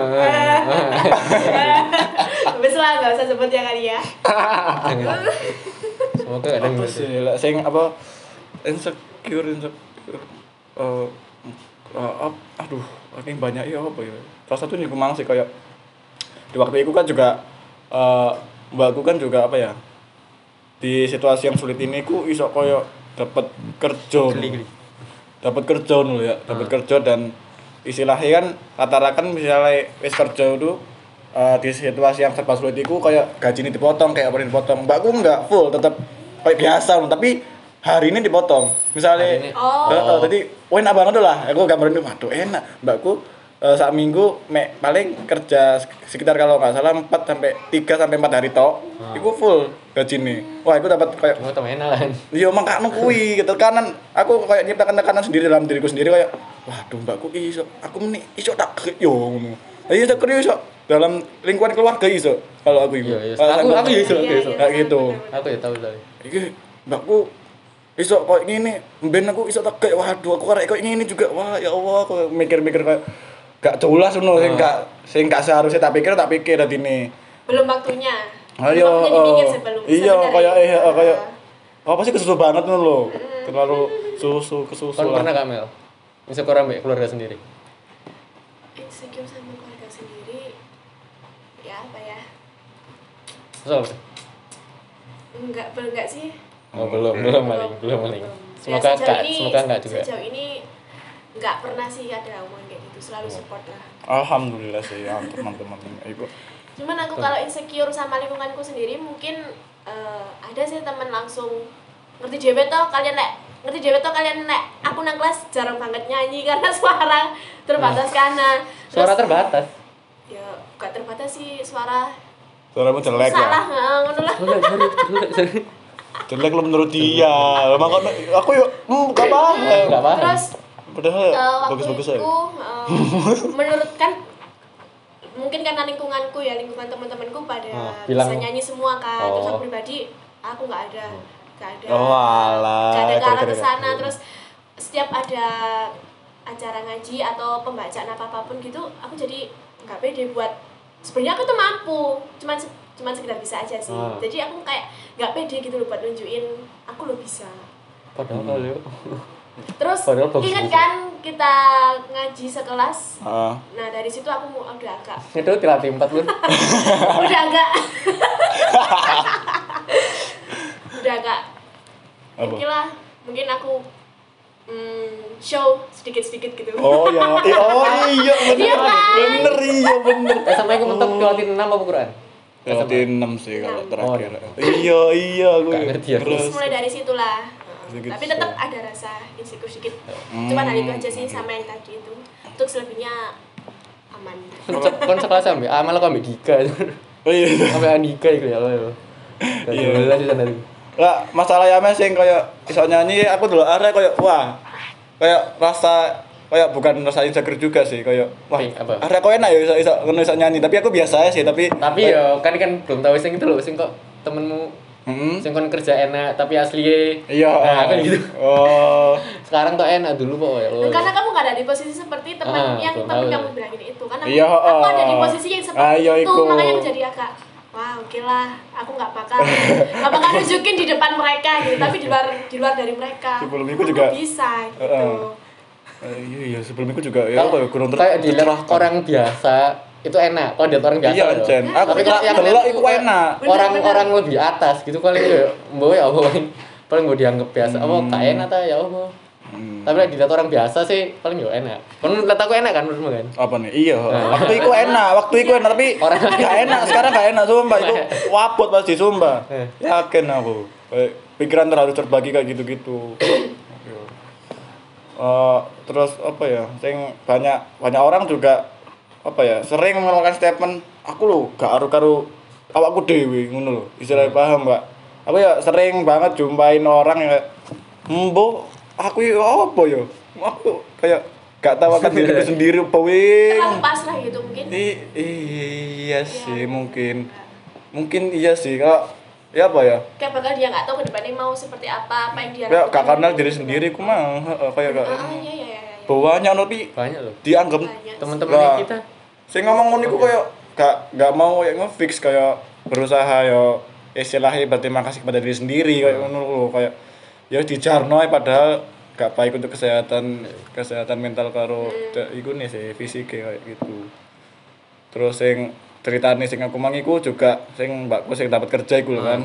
Wes lah enggak usah sebut ya kali ya. Semoga ada yang Apa ngerti. sih lah sing apa insecure insecure eh eh, ap- aduh saking banyak ya apa ya salah satunya aku mang sih kayak di waktu itu kan juga eh mbakku kan juga apa ya di situasi yang sulit ini ku iso koyo dapat kerja Geli, geli. dapat kerja dulu ya dapat kerja dan istilahnya kan rata-rata kan misalnya wis kerja itu eh, di situasi yang serba sulit itu kayak gaji ini dipotong kayak apa ini dipotong mbakku enggak full tetap kayak biasa loh tapi hari ini dipotong misalnya Hari ini. Oh. eh, eh, jadi wah enak banget lah aku gambarin itu waduh enak mbakku eh, saat minggu mek paling kerja sekitar kalau nggak salah empat sampai tiga sampai empat hari tok Ah. itu full gaji nih wah aku dapat kayak Cuma temen enak kan. iya makanya kuwi gitu kanan aku kayak nyiptakan tekanan sendiri dalam diriku sendiri kayak waduh mbakku iso aku meni iso tak ge- yo ngono iya tak kerja iso dalam lingkungan keluarga iso kalau aku iku Iya, iya. Kalau Aku sampai- aku ya iso, aku Iya, iso. iya. kayak gitu Aku ya tahu tadi. iki mbakku iso kok ngene ben aku iso tak kayak waduh aku karek kok ngene juga wah ya Allah aku mikir-mikir kayak gak jelas ngono sing Ah. gak sing gak seharusnya tak pikir tak pikir dene Belum waktunya. ayo Belum waktunya dipikir eh, sebelum. iya sebenarnya. kayak eh kayak apa sih kesusu banget ngono lho terlalu susu kesusu Kan lah pernah gak Mel? Bisa kau ambek keluarga sendiri. Insecure sama keluarga sendiri. Ya apa ya? Soal. Enggak, belum enggak sih. Oh, belum, belum maling, belum maling. Semoga Ya, sejauh enggak, ini- semoga enggak juga. Sejauh ini enggak pernah sih ada omongan kayak gitu, selalu support lah. alhamdulillah sih ya teman-teman ibu Cuman aku kalau insecure sama lingkunganku sendiri mungkin eh, ada sih teman langsung ngerti dewe toh kalian nek ngerti dewe toh kalian nek aku nang kelas jarang banget nyanyi karena suara terbatas karena Suara terbatas. ya gak terbatas sih suara suaramu jelek salah ya nggak ngono lah. Sorry, sorry, sorry, sorry. jelek lo menurut dia makanya aku yuk hmm, gak paham Enggak paham. Terus padahal eh, waktu bagus-bagus itu aja eh, menurut kan mungkin karena lingkunganku ya lingkungan teman-temanku pada Oh, bisa bilang- nyanyi semua kan terus Oh. aku pribadi aku nggak ada nggak ada Oh, alah. nggak ada ke arah Gara-gara- ke sana terus setiap ada acara ngaji atau pembacaan apa apapun gitu aku jadi nggak pede buat sebenarnya aku tuh mampu cuman se- cuman sekedar bisa aja sih Ah. jadi aku kayak nggak pede gitu loh buat nunjukin aku lo bisa. Padahal kalau yuk. Terus Padahal bagus ingat juga. kan kita ngaji sekelas. Ah. Nah dari situ aku mu- udah agak Itu dilatih empat lu. udah agak udah agak Apa? mungkin lah mungkin aku hmm, show sedikit sedikit gitu. Oh ya, I- oh iya bener, Iya kan? bener iya bener. Eh sama aku mentok dilatih enam apa Quran? Berarti enam sih kalau Enam. terakhir. Oh, iya iya aku. Gak ngerti ya. Terus Terus. mulai dari situlah. Sedikit Tapi tetap ada rasa insecure sedikit. Hmm. Cuman hal itu aja sih sama yang tadi itu. Untuk selebihnya aman. Kon sekelas ambil amal aku ambil Dika. Oh iya. Ambil Andika itu ya. Gak Iya. jelas di sana. Lah masalah ya mes sing kayak iso nyanyi aku dulu arek kayak wah. Kayak rasa kayak bukan rasa insecure juga sih kayak wah Pink, apa? arek kok enak ya iso iso ngono iso nyanyi tapi aku biasa aja sih tapi Tapi ya kan kan belum tahu sing itu loh sing kok temenmu Hmm. sing kon kerja enak tapi asli Iya. nah kan gitu. Oh. Sekarang tuh enak dulu kok ya lo. Karena kamu gak ada di posisi seperti teman Ah, yang belum teman tahu. kamu bilangin itu kan aku, Iya, aku ada di ah. posisi yang seperti Ah, iya, itu iku. makanya aku jadi agak wah oke lah aku nggak bakal nggak bakal nunjukin di depan mereka gitu tapi di luar di luar dari mereka Sebelum itu aku juga- bisa gitu. Heeh. Eh, iya iya sebelum itu juga ya Kalau kayak kurang ter- kayak dilihat tercerahkan. orang biasa itu enak. Kalau dilihat orang biasa Iya, loh. Jen. Aku Tapi kalau yang delok iku enak. Bener, orang-orang lebih atas gitu kali ya mbok ya apa paling paling gue dianggap biasa apa Hmm. gak enak ta ya apa Hmm. tapi lek dilihat orang biasa sih paling yo enak kan lihat aku enak kan menurutmu kan Apa nih? Iya, Nah. waktu itu enak, waktu itu enak tapi Orang- gak enak, sekarang gak enak sumpah itu waput pasti sumpah. Eh. Yakin aku. Kayak pikiran terlalu terbagi kayak gitu-gitu. Uh, terus apa ya, sing banyak banyak orang juga apa ya sering mengeluarkan statement aku lo gak aru-karu awakku dewe ngono lho, istilahnya paham gak? Aku ya sering banget jumpain orang yang kayak mbo aku ya apa ya aku kayak gak tahu akan diriku sendiri apa wing terlalu pasrah gitu mungkin. I, iya sih ya, mungkin mungkin iya sih kalau ya apa ya kayak bakal dia nggak tahu ke depannya mau seperti apa apa yang dia ya gak kenal diri sendiri ku mah kayak gak ah, iya, iya, iya. bawahnya tapi banyak loh dianggap teman-teman kita saya ngomong ngono iku kayak gak gak mau kayak nge-fix kayak berusaha ya istilahnya berterima kasih kepada diri sendiri kayak ngono lho kayak ya dijarno padahal gak baik untuk kesehatan kesehatan mental karo hmm. iku nih sih fisik kayak gitu. Terus sing ceritane sing aku mangiku juga sing mbakku sing dapat kerja iku lho kan.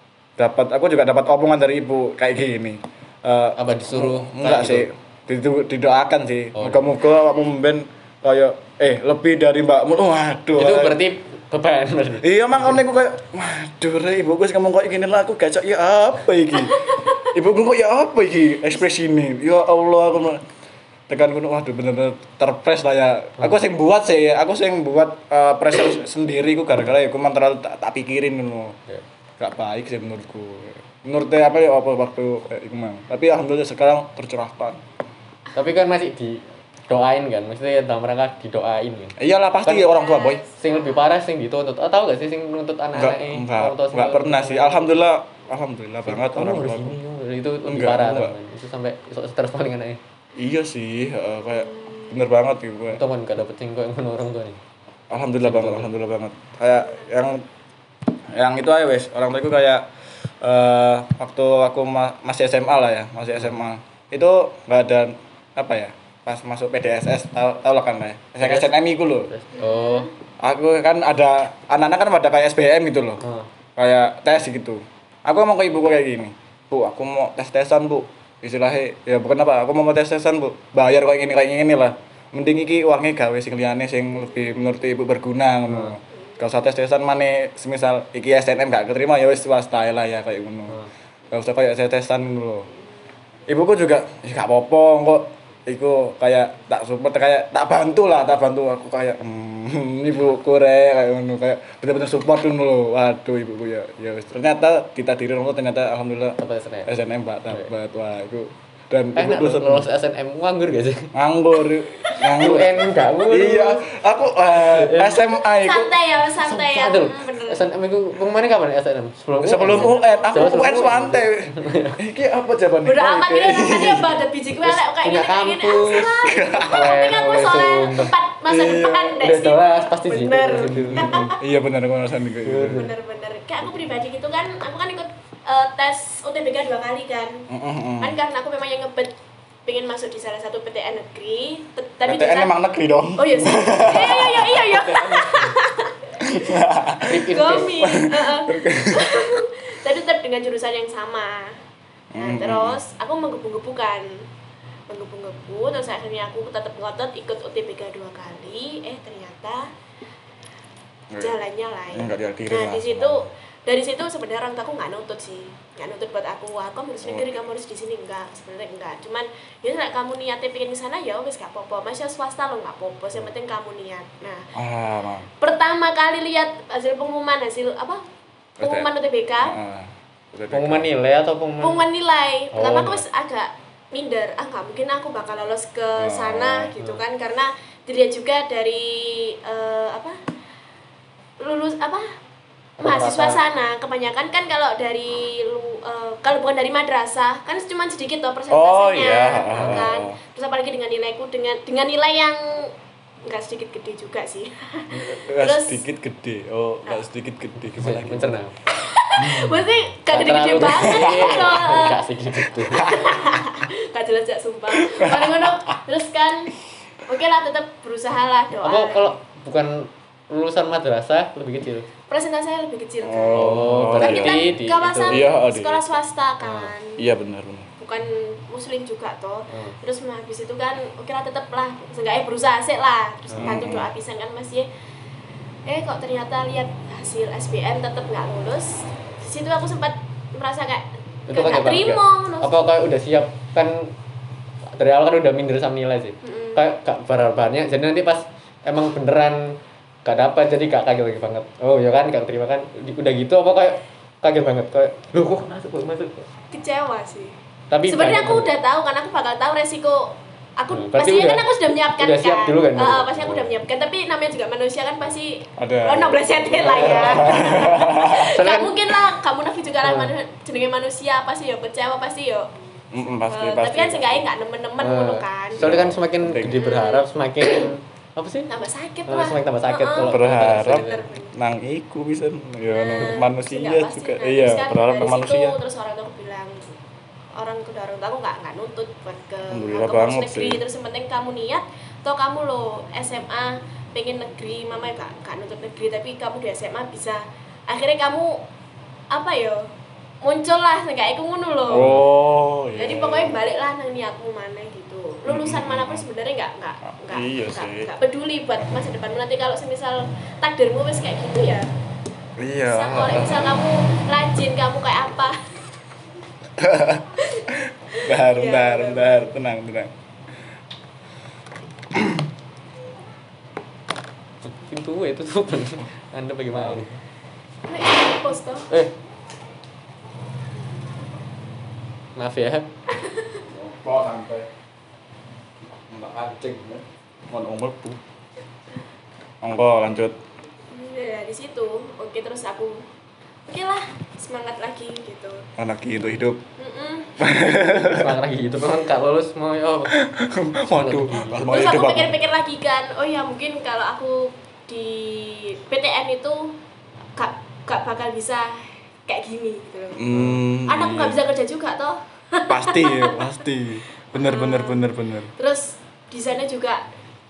Dapat aku juga dapat omongan dari ibu kayak gini. Uh, apa disuruh enggak sih gitu? Didoakan sih. Oh. Moga-moga awakmu mben kayak eh lebih dari mbakmu. Waduh. Itu berarti beban berarti. Iya makane aku kayak waduh re ibuku wis ngomong kayak gini lah aku gacok ya apa iki. Ibuku kok ya apa iki ekspresine. Ya Allah aku tekan kuno waduh bener-bener terpres lah ya. Aku sing buat sih, aku sing buat uh, pressure sendiri ku gara-gara ya aku man terlalu tak, tak pikirin ngono. Yeah. Gak baik sih menurutku. Menurut apa ya apa waktu kayak iku mang. Tapi alhamdulillah sekarang tercerahkan. Tapi kan masih di doain kan, maksudnya dalam rangka didoain kan. Iyalah pasti kan, orang tua boy. Sing lebih parah sing dituntut. Oh, tahu gak sih sing nuntut anak-anaknya? Enggak, enggak, enggak pernah sih. Alhamdulillah, alhamdulillah sing banget orang tua. Itu lebih enggak, parah enggak. Teman. Itu sampai stres paling anaknya. Iya sih, uh, kayak bener banget gitu gue. Teman gak dapet sing koyo ngono orang tua nih. Alhamdulillah banget, alhamdulillah banget. Kayak yang yang itu aja wes, orang tuaku kayak uh, waktu aku ma- masih S M A lah ya, masih S M A. Itu enggak ada apa ya? Pas masuk P D S S tahu tahu lah kan ya. S N M iku lho. Oh. Aku kan ada anak-anak kan pada kayak S B M gitu loh. Oh. Kayak tes gitu. Aku ngomong ke ibuku kayak gini. Bu, aku mau tes-tesan, Bu. Istilahnya ya bukan apa, aku mau tes-tesan, Bu. Bayar kayak gini kayak gini lah. Mending iki uangnya gawe sing liyane sing lebih menurut ibu berguna ngono. Hmm. Kalau saya tes-tesan maneh semisal iki S N M gak keterima ya wis swasta lah ya kayak ngono. Hmm. Gak usah kayak saya tesan ngono lho. Ibuku juga, ya gak apa-apa kok. Iku kayak tak support kayak tak bantu lah, tak bantu aku kayak hmm, ibuku re kayak ngono kayak bener-bener support ngono lho. Waduh ibuku ya ya wis ternyata kita diri ngono ternyata alhamdulillah dapat S N M. S N M Pak dapat. Wah, iku dan eh, ibu lulus S N M nganggur gak sih? Nganggur. Nganggur. U N enggak nganggur. Iya, aku uh, S M A iku santai ya, santai ya. Bener. S N M iku kemarin kapan S N M? Sebelum sebelum U N, aku U N santai. Iki apa jawabannya? Udah amat ini tadi apa ada biji gue elek kayak gini kayak gini. Tapi aku soalnya empat masa depan deh udah sih. jelas pasti sih. Bener. Iya benar aku ngerasain gitu. Bener-bener. Kayak aku pribadi gitu kan, aku kan ikut uh, tes U T B K dua kali kan. Kan karena aku memang yang ngebet pengen masuk di salah satu P T N negeri, T- tapi P T N emang negeri dong. Oh iya sih. Iya iya iya iya iya. Gomi. Tapi tetap dengan jurusan yang sama. Nah, terus aku menggebu-gebu kan. Menggebu-gebu terus akhirnya aku tetap ngotot ikut U T B K dua kali. Eh ternyata jalannya lain. Nah, di situ dari situ sebenarnya orang tuaku nggak nutut sih, nggak nutut buat aku, wah kamu harus negeri, kamu harus di sini, enggak, sebenarnya enggak, cuman ya kalau kamu niatnya pengen ke sana ya wes gak apa-apa, masih swasta lo nggak apa-apa, yang penting kamu niat. Nah, ah, pertama kali lihat hasil pengumuman hasil apa pengumuman U T B K, ah, pengumuman nilai atau pengumuman? pengumuman nilai, pertama Oh, aku wes agak minder, ah nggak mungkin aku bakal lolos ke sana Oh, gitu kan, karena dilihat juga dari uh, apa lulus apa mahasiswa sana kebanyakan kan kalau dari uh, kalau bukan dari madrasah kan cuma sedikit toh persentasenya. Oh iya, kan terus apalagi dengan nilaiku dengan dengan nilai yang nggak sedikit gede juga sih. Terus sedikit gede, oh nggak sedikit gede gimana gitu? Mencerna. Maksudnya gak gede-gede banget loh. Gak sedikit gitu. Gak jelas jak sumpah. Ngono-ngono terus kan oke lah tetap berusaha lah doa. Apa kalau bukan lulusan madrasah lebih kecil? Presentasinya lebih kecil kan. Oh, kan iya. kita di- kawasan itu. Iya, oh, di- sekolah swasta kan. Iya benar benar. Bukan muslim juga toh. Hmm. Terus nah, habis itu kan oke lah tetep lah seenggaknya berusaha sih lah. Terus Hmm. bantu doa pisan kan Mas ya. Eh kok ternyata lihat hasil S B M tetep nggak lulus. Di situ aku sempat merasa kayak Itu Gak kaget banget. terima, Gak? ngono. Apa kayak udah siap kan dari awal kan udah minder sama nilai sih. Mm-mm. Kayak gak barang-barangnya jadi nanti pas emang beneran gak dapat jadi gak kaget lagi banget. Oh ya kan gak terima kan Di- udah gitu apa kayak kaget banget kayak loh kok masuk kok masuk. Kecewa sih. Tapi Sebenarnya aku kaget udah tahu kan aku bakal tahu resiko. Aku Hmm, berarti pastinya udah- kan aku sudah menyiapkan udah kan. siap dulu kan, Eh, berarti? pasti aku udah menyiapkan tapi namanya juga manusia kan pasti Ada. oh enam belas sentit lah ya. Soalnya Gak kan- mungkin lah kamu nafsu juga lah Hmm. manu- jenenge manusia pasti yo kecewa pasti yo. Mm, pasti Eh, pasti. tapi kan seenggaknya nggak nemen-nemen Eh, ngono kan. Soalnya kan semakin gede berharap semakin apa sih? Tambah sakit Eh, lah. semakin tambah sakit Heeh. kalau berharap Bener, bener. nang iku bisa ya nang Nah, manusia nggak pasti. juga Nah, iya terus kan berharap dari nang situ, manusia terus orang tua aku bilang orang kedua orang tua aku nggak nggak nuntut buat ke Alhamdulillah ke kampus banget negeri sih. terus yang penting kamu niat toh kamu lo S M A pengen negeri mama nggak nggak nuntut negeri tapi kamu di S M A bisa akhirnya kamu apa yo muncul lah nggak ikut ngono lo oh iya jadi pokoknya baliklah nang niatmu mana gitu lulusan Mm-mm. manapun sebenarnya nggak nggak nggak Iya nggak sih. nggak peduli buat masa depanmu nanti kalau semisal takdirmu wes kayak gitu ya iya misal kalau misal kamu rajin kamu kayak apa bentar Iya, bentar bener. bentar tenang tenang Pintu itu tuh Anda bagaimana? Nek post toh. Eh. Maaf ya. kok sampai nggak kancing ya mau ngomel bu Ongko lanjut Ya di situ. Oke terus aku oke lah semangat lagi gitu. anak untuk hidup Mm-mm. Semangat lagi itu kan gak lulus mau ya. waduh pas mau Terus hidup aku apa pikir-pikir lagi kan, oh ya mungkin kalau aku di P T N itu gak, gak bakal bisa kayak gini gitu loh. hmm, Anakku iya. gak bisa kerja juga toh. pasti pasti bener bener bener bener Terus di sana juga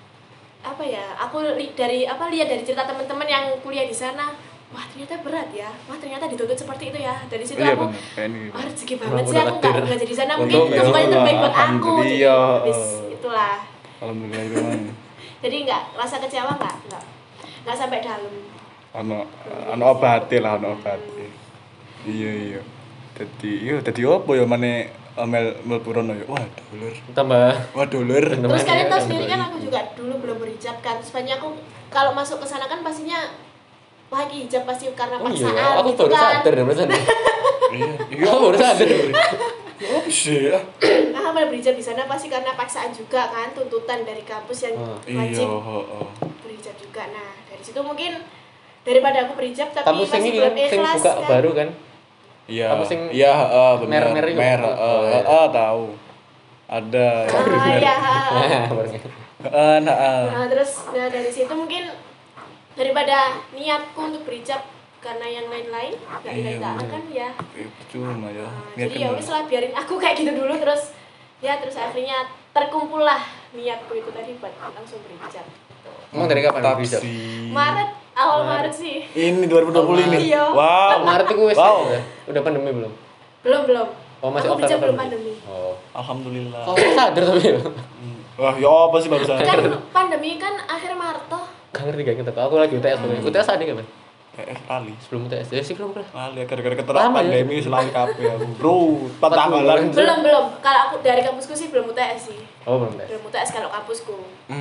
apa ya? Aku li- dari apa lihat dari cerita teman-teman yang kuliah di sana, wah ternyata berat ya. Wah ternyata dituntut seperti itu ya. Dari situ iya aku bener kayak ini wah rezeki Emang banget sih udah aku nggak takdir. nggak jadi sana mungkin Untung ya semuanya terbaik buat aku. Jadi Alhamdulillah. wis, itulah. alhamdulillah itu kan Jadi nggak rasa kecewa nggak nggak nggak sampai dalam. ono ono obate lah ono obate iya iya jadi iya jadi apa ya mana mel melpurono ya wah dulur Tambah wah dulur Terus kalian tahu Teman-teman sendiri kan yang aku juga dulu belum berhijab kan. Sebenarnya aku kalau masuk ke sana kan pastinya wah ini hijab pasti karena Oh paksaan iya, aku gitu baru kan. sadar deh barusan. iya iya Aku baru sadar. apa sih ya Nah, kalau berhijab di sana pasti karena paksaan juga kan, tuntutan dari kampus yang Hmm. iya wajib heeh berhijab juga. Nah, dari situ mungkin daripada aku berhijab tapi Kamu sing masih ini belum kan sing ikhlas buka kan. baru kan? iya Apa sing iya heeh bener mer-mer itu? mer Oh, heeh iya. heeh, tahu ada Ah, iya. Baru. heeh nah heeh. Nah, terus nah dari situ mungkin daripada niatku untuk berhijab karena yang lain-lain nggak Iya, dilakukan bener. kan ya. Eh, percuma ya Nah, niat jadi ya kan wis lah biarin aku kayak gitu dulu terus ya terus akhirnya terkumpul lah niatku itu tadi buat langsung berhijab. Emang dari kapan Mantap berhijab? sih. Maret awal Maret. Maret sih. Ini dua ribu dua puluh ini. Iya. Wow. Oh, Maret itu wis Wow. ya? Udah pandemi belum? Belum belum. Oh, masih aku offline berhijab belum apa pandemi. Oh. Alhamdulillah. Kok sadar tapi ya? Wah, ya apa sih barusan? Kan pandemi kan akhir Maret toh. Gak ngerti gak ngerti. Aku lagi U T S pokoknya. U T S ada kan? Eh, lali. Sebelum U T S. Ya sih belum pernah. Lali gara-gara keterang Lama ya? pandemi selalu kabeh aku. Bro, empat tanggalan. Belum belum. Kalau aku dari kampusku sih belum U T S sih. Oh, belum U T S. Belum U T S kalau kampusku.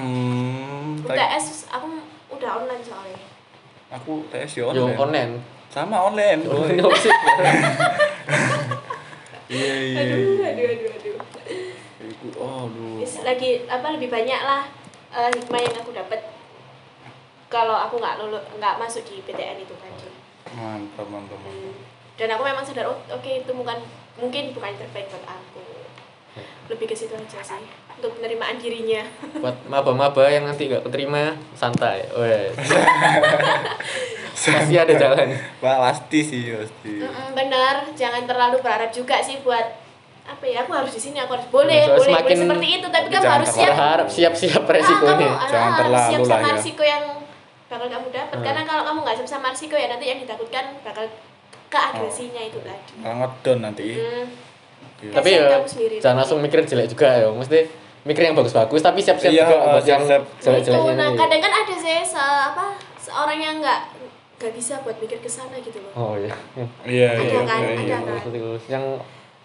Hmm. U T S aku udah online soalnya. Aku T S yo Yo online. online. Sama online. Oh, ini apa sih? Iya iya. Aduh aduh aduh aduh. Iku oh aduh. Wis lagi apa lebih banyak lah eh, hikmah yang aku dapat kalau aku nggak lulus nggak masuk di P T N itu tadi. Mantap mantap. mantap. Hmm. Dan aku memang sadar oh, oke itu bukan mungkin bukan yang terbaik buat aku. Lebih ke situ aja sih untuk penerimaan dirinya. Buat maba-maba yang nanti gak keterima, santai. Wes. Pasti ada jalan. Pak pasti sih pasti. Mm-mm, benar, jangan terlalu berharap juga sih buat apa ya aku harus di sini aku harus boleh Soalnya boleh boleh semakin- seperti itu tapi Tapi kamu jangan harus siap Berharap siap-siap Ah, resikonya. kamu, Jangan ah, terlalu siap lah sama ya. risiko yang bakal kamu dapat Hmm. karena kalau kamu nggak siap sama risiko ya nanti yang ditakutkan bakal keagresinya itu tadi. Malah ngedon nanti. Hmm. Iya. Tapi Kasihan ya kamu sendiri jangan nanti. langsung mikir jelek juga ya. Mesti mikir yang bagus-bagus tapi siap-siap Iya, juga uh, buat yang siap-siap. jelek-jeleknya Itu, nah ini. kadang kan ada sih se apa seorang yang nggak nggak bisa buat mikir ke sana gitu loh. Oh iya. Iya Ada iya kan, iya. ada iya. kan. Terus yang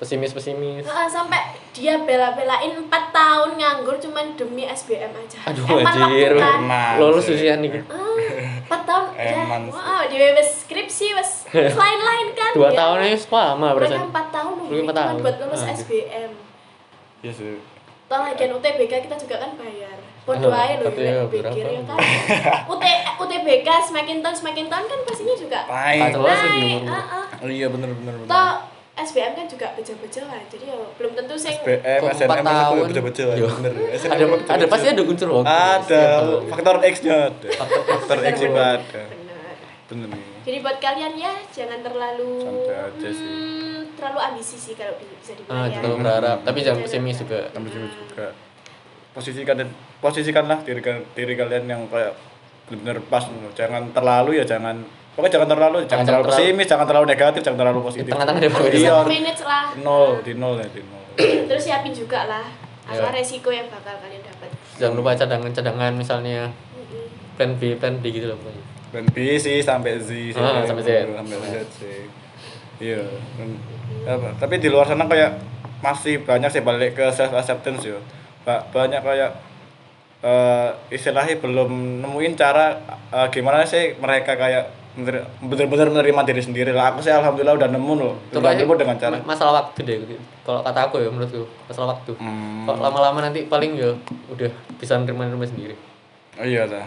pesimis-pesimis. Heeh, sampai dia bela-belain empat tahun nganggur cuman demi S B M aja. Aduh Eman anjir. waktu kan. Eman Lulus sih. usian nih. Ah, empat tahun ya. Eman sih. Wow, di wes skripsi wes lain-lain kan. Dua ya. tahun ini lama Mereka berarti. empat tahun Lu nungguin empat cuman tahun. buat lulus Ah, S B M. Iya sih. Toh lagian U T B K kita juga kan bayar. Podo Aduh, ae lho tapi ya lek pikir berapa? ya kan. U T U T B K semakin tahun semakin tahun kan pastinya juga Pahit. Kacau lah sih naik. umur. Heeh. Oh iya bener bener bener. Toh S B M kan juga bejo-bejo lah. Jadi ya belum tentu sing S B M, Kok S N empat M itu tahun? betul-betul Yo. bener. S N M Ada betul-betul. ada pasti ada unsur waktu. Ada setiap tahun. faktor X-nya ada. Faktor X juga ada. benar. Bener nih. Jadi buat kalian ya jangan terlalu Santai aja sih. hmm, terlalu ambisi sih kalau bi- bisa Ah, dibilang ya. terlalu berharap, tapi jangan Jangan pesimis berharap. juga. Sampai juga juga. Posisikan dan posisikanlah diri ka- diri kalian yang kayak benar-benar pas. Jangan terlalu ya jangan pokoknya jangan terlalu jangan, Jangan terlalu terlalu- pesimis, jangan terlalu negatif, jangan terlalu positif. Tengah-tengah deh pokoknya. Iya, Manage lah. nol di nol ya di nol. Terus siapin juga lah apa Ya. resiko yang bakal kalian dapat. Jangan lupa cadangan-cadangan misalnya Mm-mm. plan B, plan D gitu loh pokoknya. Dan B sih sampai Z sih. Ah, sampai Z. Sampai Z sih. Iya. Dan- apa, tapi di luar sana kayak masih banyak sih balik ke self acceptance ya. Ba- Banyak kayak eh, istilahnya belum nemuin cara eh, gimana sih mereka kayak bener- bener-bener menerima diri sendiri lah. Aku sih alhamdulillah udah nemu loh. Itu Udah kayak nemu dengan cara. ma- masalah waktu deh. Kalau kata aku ya menurutku masalah waktu. Hmm. Kalau lama-lama nanti paling ya udah bisa nerima-nerima sendiri. Oh iya dah.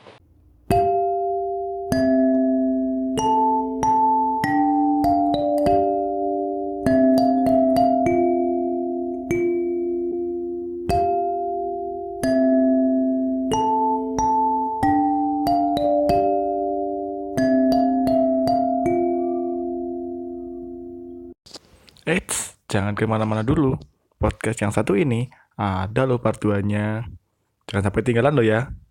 Eits, jangan kemana-mana dulu. Podcast yang satu ini ada loh part dua-nya. Jangan sampai tinggalan lo ya.